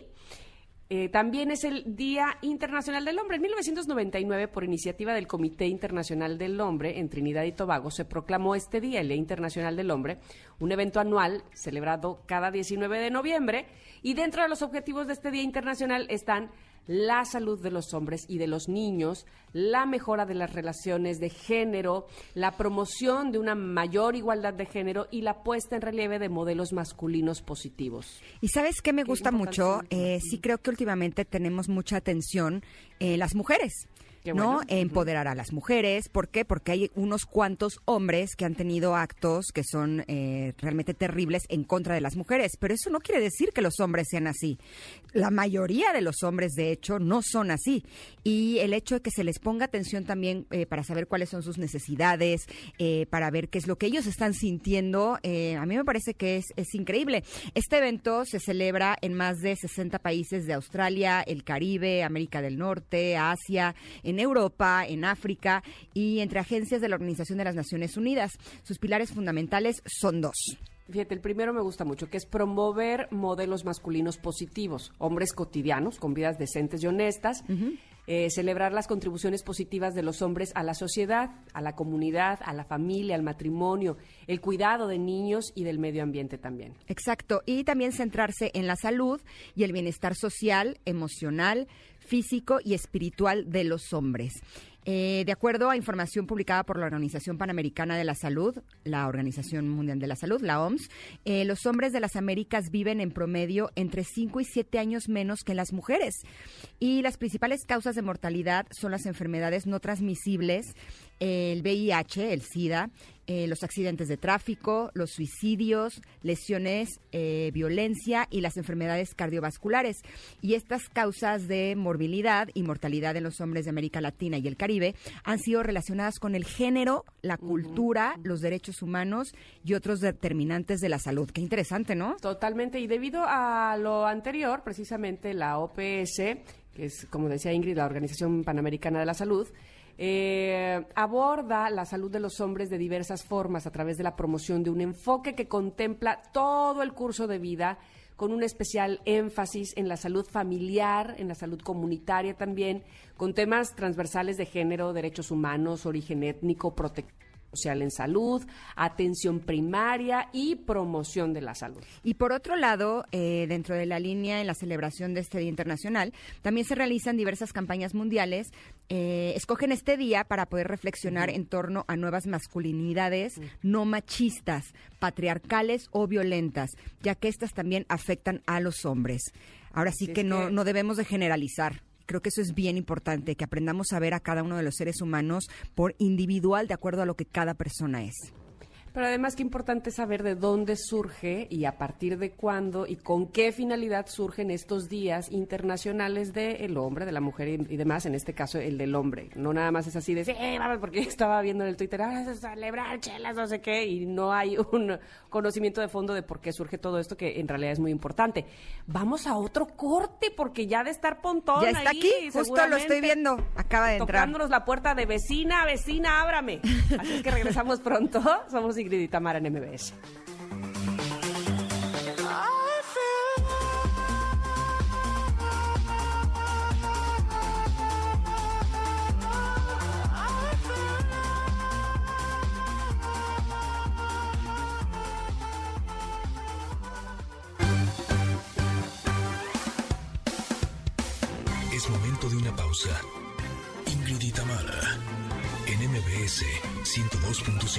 también es el Día Internacional del Hombre. En 1999, por iniciativa del Comité Internacional del Hombre en Trinidad y Tobago, se proclamó este día, el Día Internacional del Hombre, un evento anual celebrado cada 19 de noviembre. Y dentro de los objetivos de este Día Internacional están la salud de los hombres y de los niños, la mejora de las relaciones de género, la promoción de una mayor igualdad de género y la puesta en relieve de modelos masculinos positivos. Y ¿sabes qué me gusta mucho? importante. Sí creo que últimamente tenemos mucha atención las mujeres. Qué ¿No? bueno. Empoderar a las mujeres. ¿Por qué? Porque hay unos cuantos hombres que han tenido actos que son realmente terribles en contra de las mujeres. Pero eso no quiere decir que los hombres sean así. La mayoría de los hombres, de hecho, no son así. Y el hecho de que se les ponga atención también para saber cuáles son sus necesidades, para ver qué es lo que ellos están sintiendo, a mí me parece que es increíble. Este evento se celebra en más de 60 países de Australia, el Caribe, América del Norte, Asia, en Europa, en África y entre agencias de la Organización de las Naciones Unidas. Sus pilares fundamentales son dos. Fíjate, el primero me gusta mucho, que es promover modelos masculinos positivos, hombres cotidianos, con vidas decentes y honestas, celebrar las contribuciones positivas de los hombres a la sociedad, a la comunidad, a la familia, al matrimonio, el cuidado de niños y del medio ambiente también. Exacto. Y también centrarse en la salud y el bienestar social, emocional, físico y espiritual de los hombres. De acuerdo a información publicada por la Organización Panamericana de la Salud, la Organización Mundial de la Salud, la OMS, los hombres de las Américas viven en promedio entre 5 y 7 años menos que las mujeres. Y las principales causas de mortalidad son las enfermedades no transmisibles, el VIH, el SIDA, los accidentes de tráfico, los suicidios, lesiones, violencia y las enfermedades cardiovasculares. Y estas causas de morbilidad y mortalidad en los hombres de América Latina y el Caribe han sido relacionadas con el género, la cultura, los derechos humanos y otros determinantes de la salud. Qué interesante, ¿no? Totalmente, y debido a lo anterior, precisamente la OPS, que es, como decía Ingrid, la Organización Panamericana de la Salud, aborda la salud de los hombres de diversas formas a través de la promoción de un enfoque que contempla todo el curso de vida, con un especial énfasis en la salud familiar, en la salud comunitaria también, con temas transversales de género, derechos humanos, origen étnico, protección social en salud, atención primaria y promoción de la salud. Y por otro lado, dentro de la línea en la celebración de este Día Internacional, también se realizan diversas campañas mundiales. Escogen este día para poder reflexionar en torno a nuevas masculinidades no machistas, patriarcales o violentas, ya que estas también afectan a los hombres. Ahora sí que no debemos de generalizar. Creo que eso es bien importante, que aprendamos a ver a cada uno de los seres humanos por individual, de acuerdo a lo que cada persona es. Pero además, qué importante saber de dónde surge y a partir de cuándo y con qué finalidad surgen estos días internacionales del hombre, de la mujer y demás, en este caso el del hombre. No nada más es así de, vamos, porque estaba viendo en el Twitter, ahora es celebrar chelas, no sé qué, y no hay un conocimiento de fondo de por qué surge todo esto, que en realidad es muy importante. Vamos a otro corte, porque ya de estar Pontón ya está ahí, aquí, justo lo estoy viendo, acaba de entrar. Tocándonos la puerta de vecina, ábrame. Así es que regresamos pronto. Somos Ingrid y Tamara en MBS. Es momento de una pausa. Ingrid y Tamara en MBS 102.5.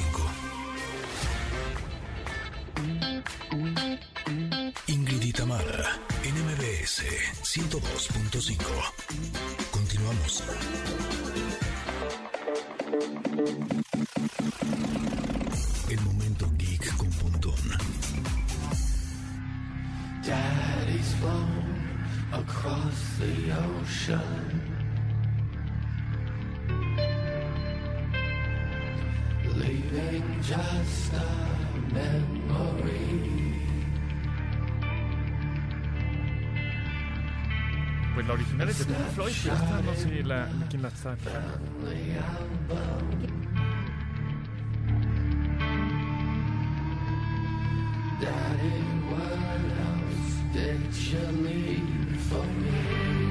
Ingrid y Tamara en MBS 102.5. Continuamos. El momento geek con Pontón. Daddy's flown across the ocean, leaving just a memory. Pues la original es de Pink Floyd, pero esta no sé quién la está tocando. Daddy, what else did you leave for me?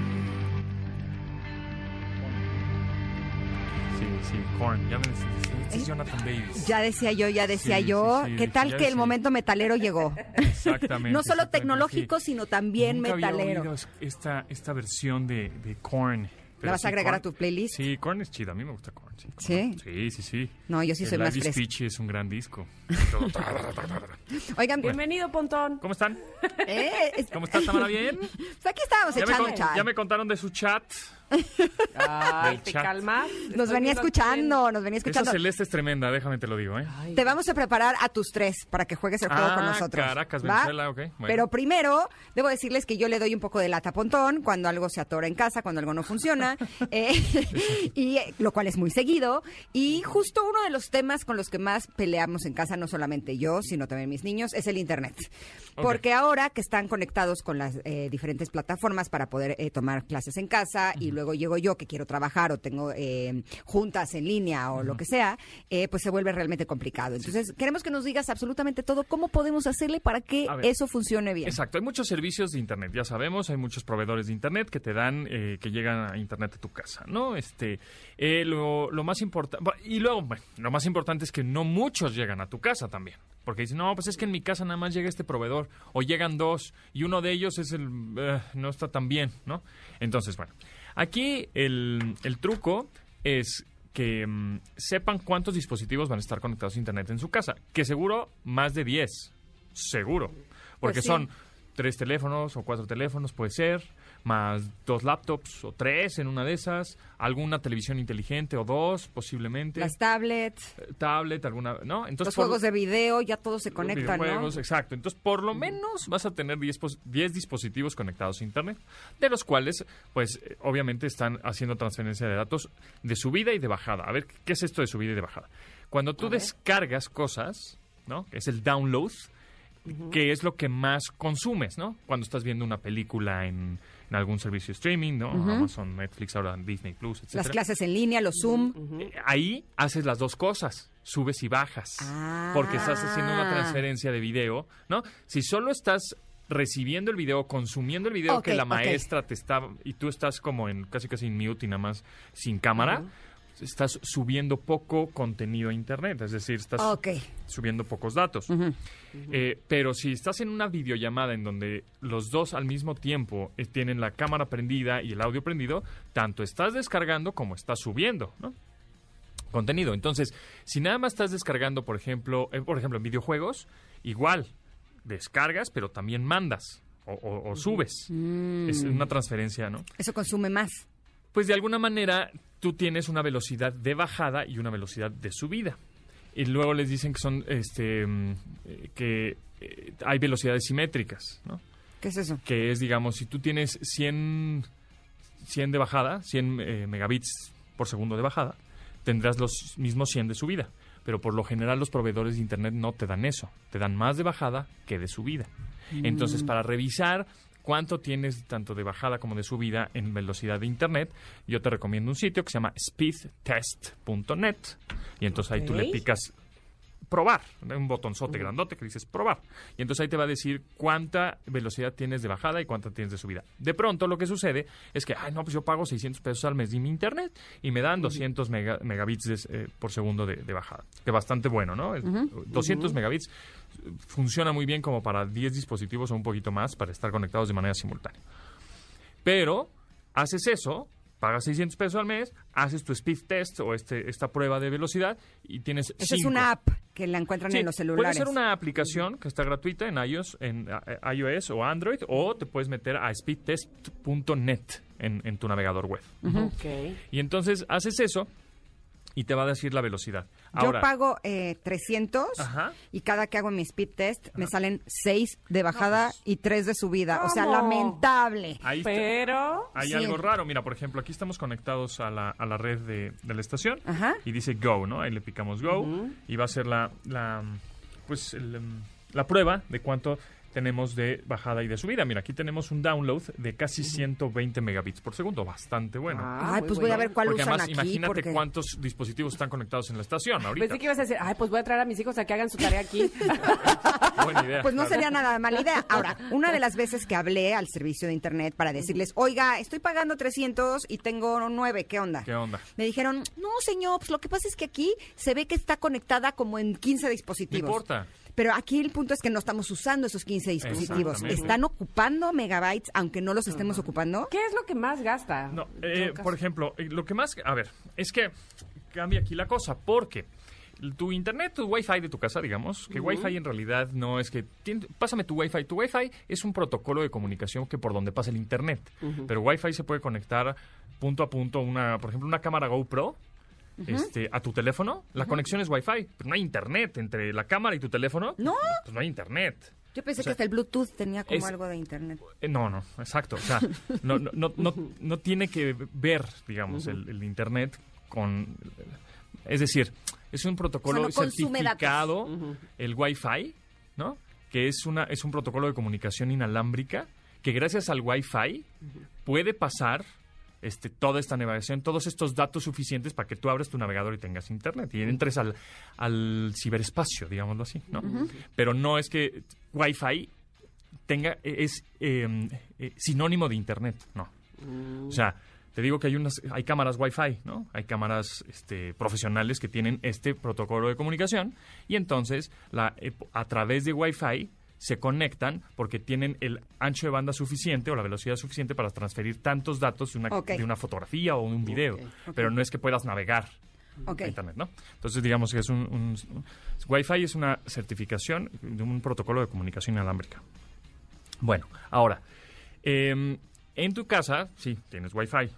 Sí, Korn. Ya me decía, este es Jonathan Davis. Ya decía yo. Sí, ¿Qué tal ya que el decía. momento metalero llegó? Exactamente. No solo exactamente, tecnológico, sí. sino también Nunca metalero. había oído esta versión de Korn. ¿La vas a agregar a tu playlist? Sí, Korn es chido. A mí me gusta Korn. Sí. ¿Sí? Sí. No, yo sí soy El más Live is fresca. Peachy es un gran disco. Oigan, Bienvenido, Pontón. ¿Cómo están? pues ¿Cómo estás, Tamara? ¿Bien? aquí estábamos echando chat. Ya me contaron de su chat. Ay, Del ¿te chat. calmas? Nos venía escuchando. Esa Celeste es tremenda, déjame te lo digo, ¿eh? Te vamos a preparar a tus tres para que juegues el juego con nosotros. Caracas, ¿va? Venezuela, ok. Bueno. Pero primero, debo decirles que yo le doy un poco de lata a Pontón cuando algo se atora en casa, cuando algo no funciona, lo cual es muy seguido. Y justo uno de los temas con los que más peleamos en casa, no solamente yo, sino también mis niños, es el Internet. Ok. Porque ahora que están conectados con las diferentes plataformas para poder tomar clases en casa, y luego llego yo que quiero trabajar o tengo juntas en línea o lo que sea, pues se vuelve realmente complicado. Entonces, queremos que nos digas absolutamente todo, cómo podemos hacerle para que A ver. eso funcione bien. Exacto, hay muchos servicios de Internet, ya sabemos, hay muchos proveedores de Internet que te dan, que llegan a Internet a tu casa, ¿no? Lo más importante, y luego, bueno, lo más importante es que no muchos llegan a tu casa también, porque dicen, no, pues es que en mi casa nada más llega este proveedor, o llegan dos, y uno de ellos es no está tan bien, ¿no? Entonces, bueno, aquí el truco es que sepan cuántos dispositivos van a estar conectados a Internet en su casa, que seguro más de 10, seguro, porque Pues sí. son 3 teléfonos o 4 teléfonos, puede ser, más 2 laptops o 3 en una de esas, alguna televisión inteligente o 2 posiblemente. Las tablets, Tablet, alguna, ¿no? los Entonces, juegos de video, ya todos se los conectan, ¿no? videojuegos, exacto. Entonces, por lo menos vas a tener 10 dispositivos conectados a Internet, de los cuales, pues, obviamente están haciendo transferencia de datos de subida y de bajada. A ver, ¿qué es esto de subida y de bajada? Cuando tú descargas cosas, ¿no? Que es el download, que es lo que más consumes, ¿no? Cuando estás viendo una película en algún servicio de streaming, ¿no? Amazon, Netflix, ahora Disney Plus, etc. Las clases en línea, los Zoom. Ahí haces las dos cosas, subes y bajas, porque estás haciendo una transferencia de video, ¿no? Si solo estás recibiendo el video, consumiendo el video que la maestra te está, y tú estás como en casi en mute y nada más sin cámara, estás subiendo poco contenido a Internet, es decir, estás subiendo pocos datos. Pero si estás en una videollamada en donde los dos al mismo tiempo tienen la cámara prendida y el audio prendido, tanto estás descargando como estás subiendo, ¿no? Contenido. Entonces, si nada más estás descargando, por ejemplo, en videojuegos, igual, descargas, pero también mandas o subes. Es una transferencia, ¿no? Eso consume más. Pues de alguna manera tú tienes una velocidad de bajada y una velocidad de subida. Y luego les dicen que son hay velocidades simétricas, ¿no? ¿Qué es eso? Que es, digamos, si tú tienes 100 de bajada, 100 megabits por segundo de bajada, tendrás los mismos 100 de subida. Pero por lo general los proveedores de Internet no te dan eso. Te dan más de bajada que de subida. Entonces, para revisar cuánto tienes tanto de bajada como de subida en velocidad de Internet, yo te recomiendo un sitio que se llama speedtest.net, y entonces ahí tú le picas probar, un botonzote grandote que dices probar, y entonces ahí te va a decir cuánta velocidad tienes de bajada y cuánta tienes de subida. De pronto lo que susucede es que, pues yo pago 600 pesos al mes de mi Internet y me dan 200 megabits por segundo de bajada, que bastante bueno, ¿no? 200 megabits funciona muy bien como para 10 dispositivos o un poquito más para estar conectados de manera simultánea. Pero haces eso, pagas 600 pesos al mes, haces tu speed test o esta prueba de velocidad y tienes 5. Esa es una app que la encuentran en los celulares. Puede ser una aplicación que está gratuita en iOS o Android, o te puedes meter a speedtest.net en tu navegador web. Y entonces haces eso y te va a decir la velocidad. Ahora, yo pago 300 y cada que hago mi speed test me salen 6 de bajada y 3 de subida. ¿Cómo? O sea, lamentable. Pero hay algo raro. Mira, por ejemplo, aquí estamos conectados a la red de la estación y dice Go, ¿no? Ahí le picamos Go y va a ser la prueba de cuánto tenemos de bajada y de subida. Mira, aquí tenemos un download de casi 120 megabits por segundo. Bastante bueno. Pues voy a ver cuál porque usan además, aquí. imagínate cuántos dispositivos están conectados en la estación ahorita. pensé que ibas a decir, pues voy a traer a mis hijos a que hagan su tarea aquí. Buena idea. Pues no sería nada mala idea. Ahora, una de las veces que hablé al servicio de Internet para decirles, oiga, estoy pagando 300 y tengo 9, ¿qué onda? ¿Qué onda? Me dijeron, no, señor, pues lo que pasa es que aquí se ve que está conectada como en 15 dispositivos. No importa. Pero aquí el punto es que no estamos usando esos 15 dispositivos. Exactamente. ¿Están ocupando megabytes aunque no los estemos ocupando? ¿Qué es lo que más gasta? No, por ejemplo, lo que más... A ver, es que cambia aquí la cosa, porque tu internet, tu wifi de tu casa, digamos, que wifi en realidad no es que... Pásame tu wifi. Tu wifi es un protocolo de comunicación que por donde pasa el internet. Pero wifi se puede conectar punto a punto, por ejemplo, una cámara GoPro, a tu teléfono. La conexión es Wi-Fi, pero no hay internet entre la cámara y tu teléfono. No. Pues no hay internet. Yo pensé que hasta el Bluetooth tenía como algo de internet. No, exacto. O sea, no tiene que ver, digamos, el internet con... Es decir, es un protocolo no consume certificado, el Wi-Fi, ¿no? Que es un protocolo de comunicación inalámbrica que gracias al Wi-Fi puede pasar toda esta navegación, todos estos datos suficientes para que tú abras tu navegador y tengas internet y entres al ciberespacio, digámoslo así, ¿no? Pero no es que Wi-Fi es sinónimo de internet, no. O sea, te digo que hay cámaras Wi-Fi, ¿no? Hay cámaras profesionales que tienen este protocolo de comunicación y entonces a través de Wi-Fi se conectan porque tienen el ancho de banda suficiente o la velocidad suficiente para transferir tantos datos de una fotografía o un video, pero no es que puedas navegar a internet, ¿no? Entonces digamos que es Wi-Fi es una certificación de un protocolo de comunicación inalámbrica. Bueno, ahora En tu casa, sí, tienes Wi-Fi.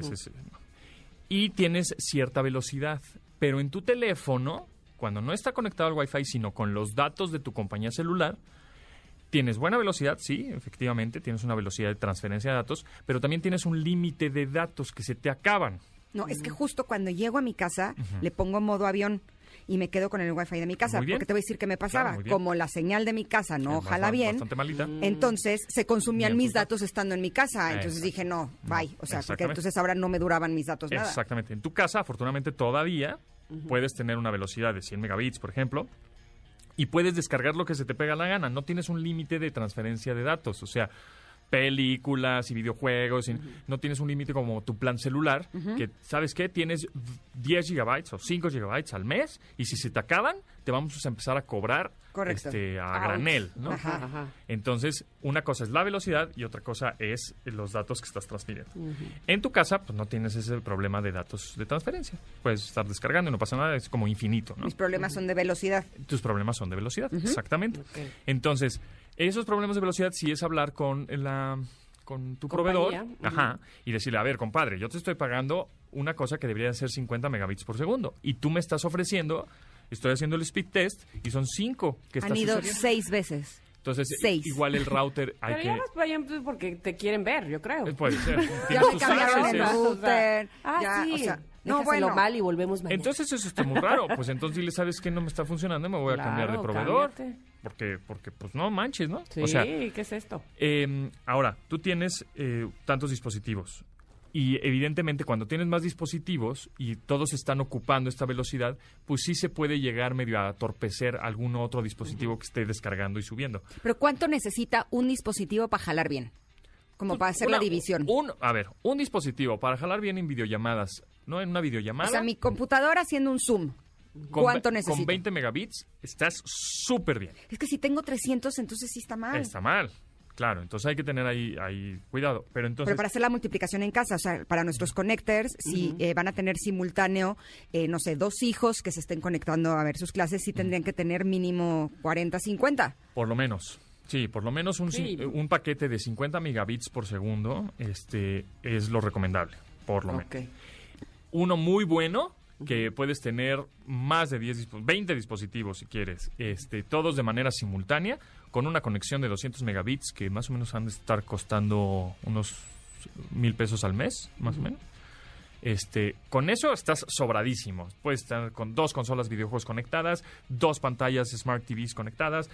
Y tienes cierta velocidad. Pero en tu teléfono, cuando no está conectado al Wi-Fi, sino con los datos de tu compañía celular, tienes buena velocidad, sí, efectivamente, tienes una velocidad de transferencia de datos, pero también tienes un límite de datos que se te acaban. No, es que justo cuando llego a mi casa, le pongo modo avión y me quedo con el Wi-Fi de mi casa. Muy bien. Porque te voy a decir qué me pasaba. Claro, muy bien. Como la señal de mi casa no Es jala bien, bastante malita. entonces se consumían Bien, mis tus datos estando en mi casa. Entonces Exacto. dije, no, bye. O sea, porque Exactamente. entonces ahora no me duraban mis datos nada. Exactamente. En tu casa, afortunadamente, todavía puedes tener una velocidad de 100 megabits, por ejemplo, y puedes descargar lo que se te pega la gana. No tienes un límite de transferencia de datos. O sea, películas y videojuegos. No tienes un límite como tu plan celular, que, ¿sabes qué? Tienes 10 gigabytes o 5 gigabytes al mes, y si se te acaban, te vamos a empezar a cobrar Correcto. a granel, ¿no? Ajá. Entonces, una cosa es la velocidad y otra cosa es los datos que estás transfiriendo. En tu casa, pues no tienes ese problema de datos de transferencia. Puedes estar descargando y no pasa nada, es como infinito, ¿no? Mis problemas son de velocidad. Tus problemas son de velocidad, exactamente. Entonces, esos problemas de velocidad sí es hablar con tu proveedor, y decirle, a ver, compadre, yo te estoy pagando una cosa que debería ser 50 megabits por segundo, y tú me estás ofreciendo, estoy haciendo el speed test, y son 5 que Han estás ido sucediendo. 6 veces. Entonces, 6. igual el router hay Pero que... ya vas para allá porque te quieren ver, yo creo. Puede ser. Ya Tienes me tus cambiaron el accesses. router. Ah, ya, sí. o sea, No, no, bueno. mal y volvemos mañana. Entonces eso está muy raro. Pues entonces dile, ¿sabes qué? No me está funcionando, me voy a cambiar de Claro, proveedor. cámbiate. Porque pues no manches, ¿no? Sí, O sea, ¿qué es esto? ahora, tú tienes tantos dispositivos. Y evidentemente cuando tienes más dispositivos y todos están ocupando esta velocidad, pues sí se puede llegar medio a torpecer algún otro dispositivo que esté descargando y subiendo. Pero ¿cuánto necesita un dispositivo para jalar bien? Como para hacer la división. Un dispositivo para jalar bien en videollamadas, ¿no? En una videollamada. O sea, mi computadora haciendo un Zoom. ¿Cuánto necesito? Con 20 megabits estás súper bien. Es que si tengo 300, entonces sí está mal. Está mal, claro. Entonces hay que tener ahí cuidado. Pero entonces... Pero para hacer la multiplicación en casa, o sea, para nuestros connectors, si van a tener simultáneo, no sé, 2 hijos que se estén conectando a ver sus clases, sí tendrían que tener mínimo 40, 50. Por lo menos. Sí, por lo menos un paquete de 50 megabits por segundo es lo recomendable, por lo menos. Uno muy bueno, que puedes tener más de 20 dispositivos si quieres, todos de manera simultánea, con una conexión de 200 megabits, que más o menos han de estar costando unos 1,000 pesos al mes, más o menos. Con eso estás sobradísimo. Puedes estar con 2 consolas videojuegos conectadas, 2 pantallas Smart TVs conectadas,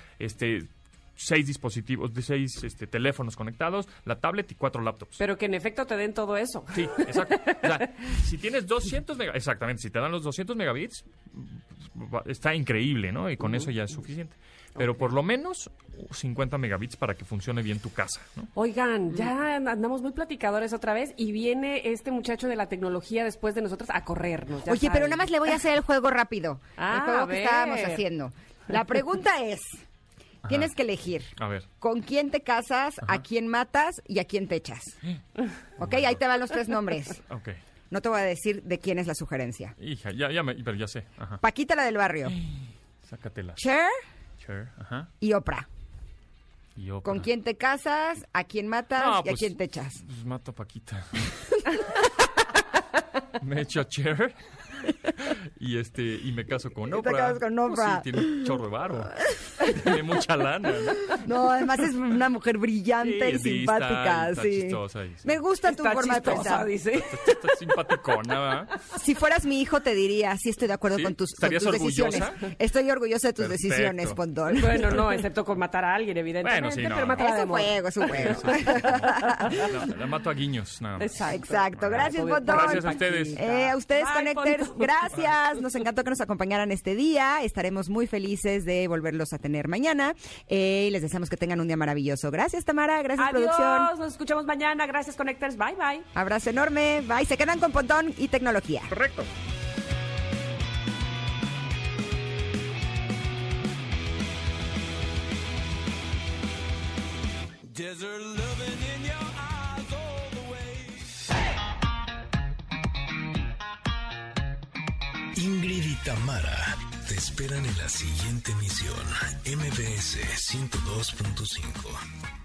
6 dispositivos, 6 teléfonos conectados, la tablet y 4 laptops. Pero que en efecto te den todo eso. Sí, exacto. O sea, si tienes 200 megabits, exactamente, si te dan los 200 megabits, está increíble, ¿no? Y con eso ya es suficiente. Pero por lo menos 50 megabits para que funcione bien tu casa, ¿no? Oigan, ya andamos muy platicadores otra vez y viene este muchacho de la tecnología después de nosotros a corrernos. ya Oye, pero saben. nada más le voy a hacer el juego rápido. Ah, el juego a que ver. estábamos haciendo. La pregunta es, tienes que elegir A ver. con quién te casas, a quién matas y a quién te echas. ¿Ok? Ahí te van los 3 nombres. Ok. No te voy a decir de quién es la sugerencia. Hija, pero ya sé. Ajá. Paquita, la del barrio. Sácatela. Cher Sure. Ajá. y Oprah. Y Oprah. ¿Con quién te casas, a quién matas No, y a pues, quién te echas? Pues mato a Paquita. Me echo a Cher y me caso con Y te Oprah. casas con Pues Oprah. sí, tiene un chorro de varo. Tiene mucha lana, ¿no? No, además es una mujer brillante y Sí, simpática. está sí. chistosa y sí. Me gusta tu Está forma de chistosa, pensar. dice. Está simpaticona, ¿verdad? Si fueras mi hijo, te diría, sí estoy de acuerdo ¿Sí? con tus ¿Estarías decisiones. orgullosa? Estoy orgullosa de tus Perfecto. decisiones, Pontón. Bueno, no, excepto con matar a alguien, evidentemente. Bueno, sí, no, pero no. matar Es de un amor. juego, es un juego. No, la mato a guiños, nada más. Exacto. Gracias, Pobre Pontón. Gracias a ustedes. A ustedes, Bye, Connectors, Pontón. gracias. Nos encantó que nos acompañaran este día. Estaremos muy felices de volverlos a tener mañana. Y les deseamos que tengan un día maravilloso. Gracias, Tamara. Gracias, Adiós, producción. nos escuchamos mañana. Gracias, Connectors. Bye, bye. Abrazo enorme. Bye. Se quedan con Pontón y tecnología. Correcto. Desert loving in your eyes all the way. Ingrid y Tamara te esperan en la siguiente emisión, MBS 102.5.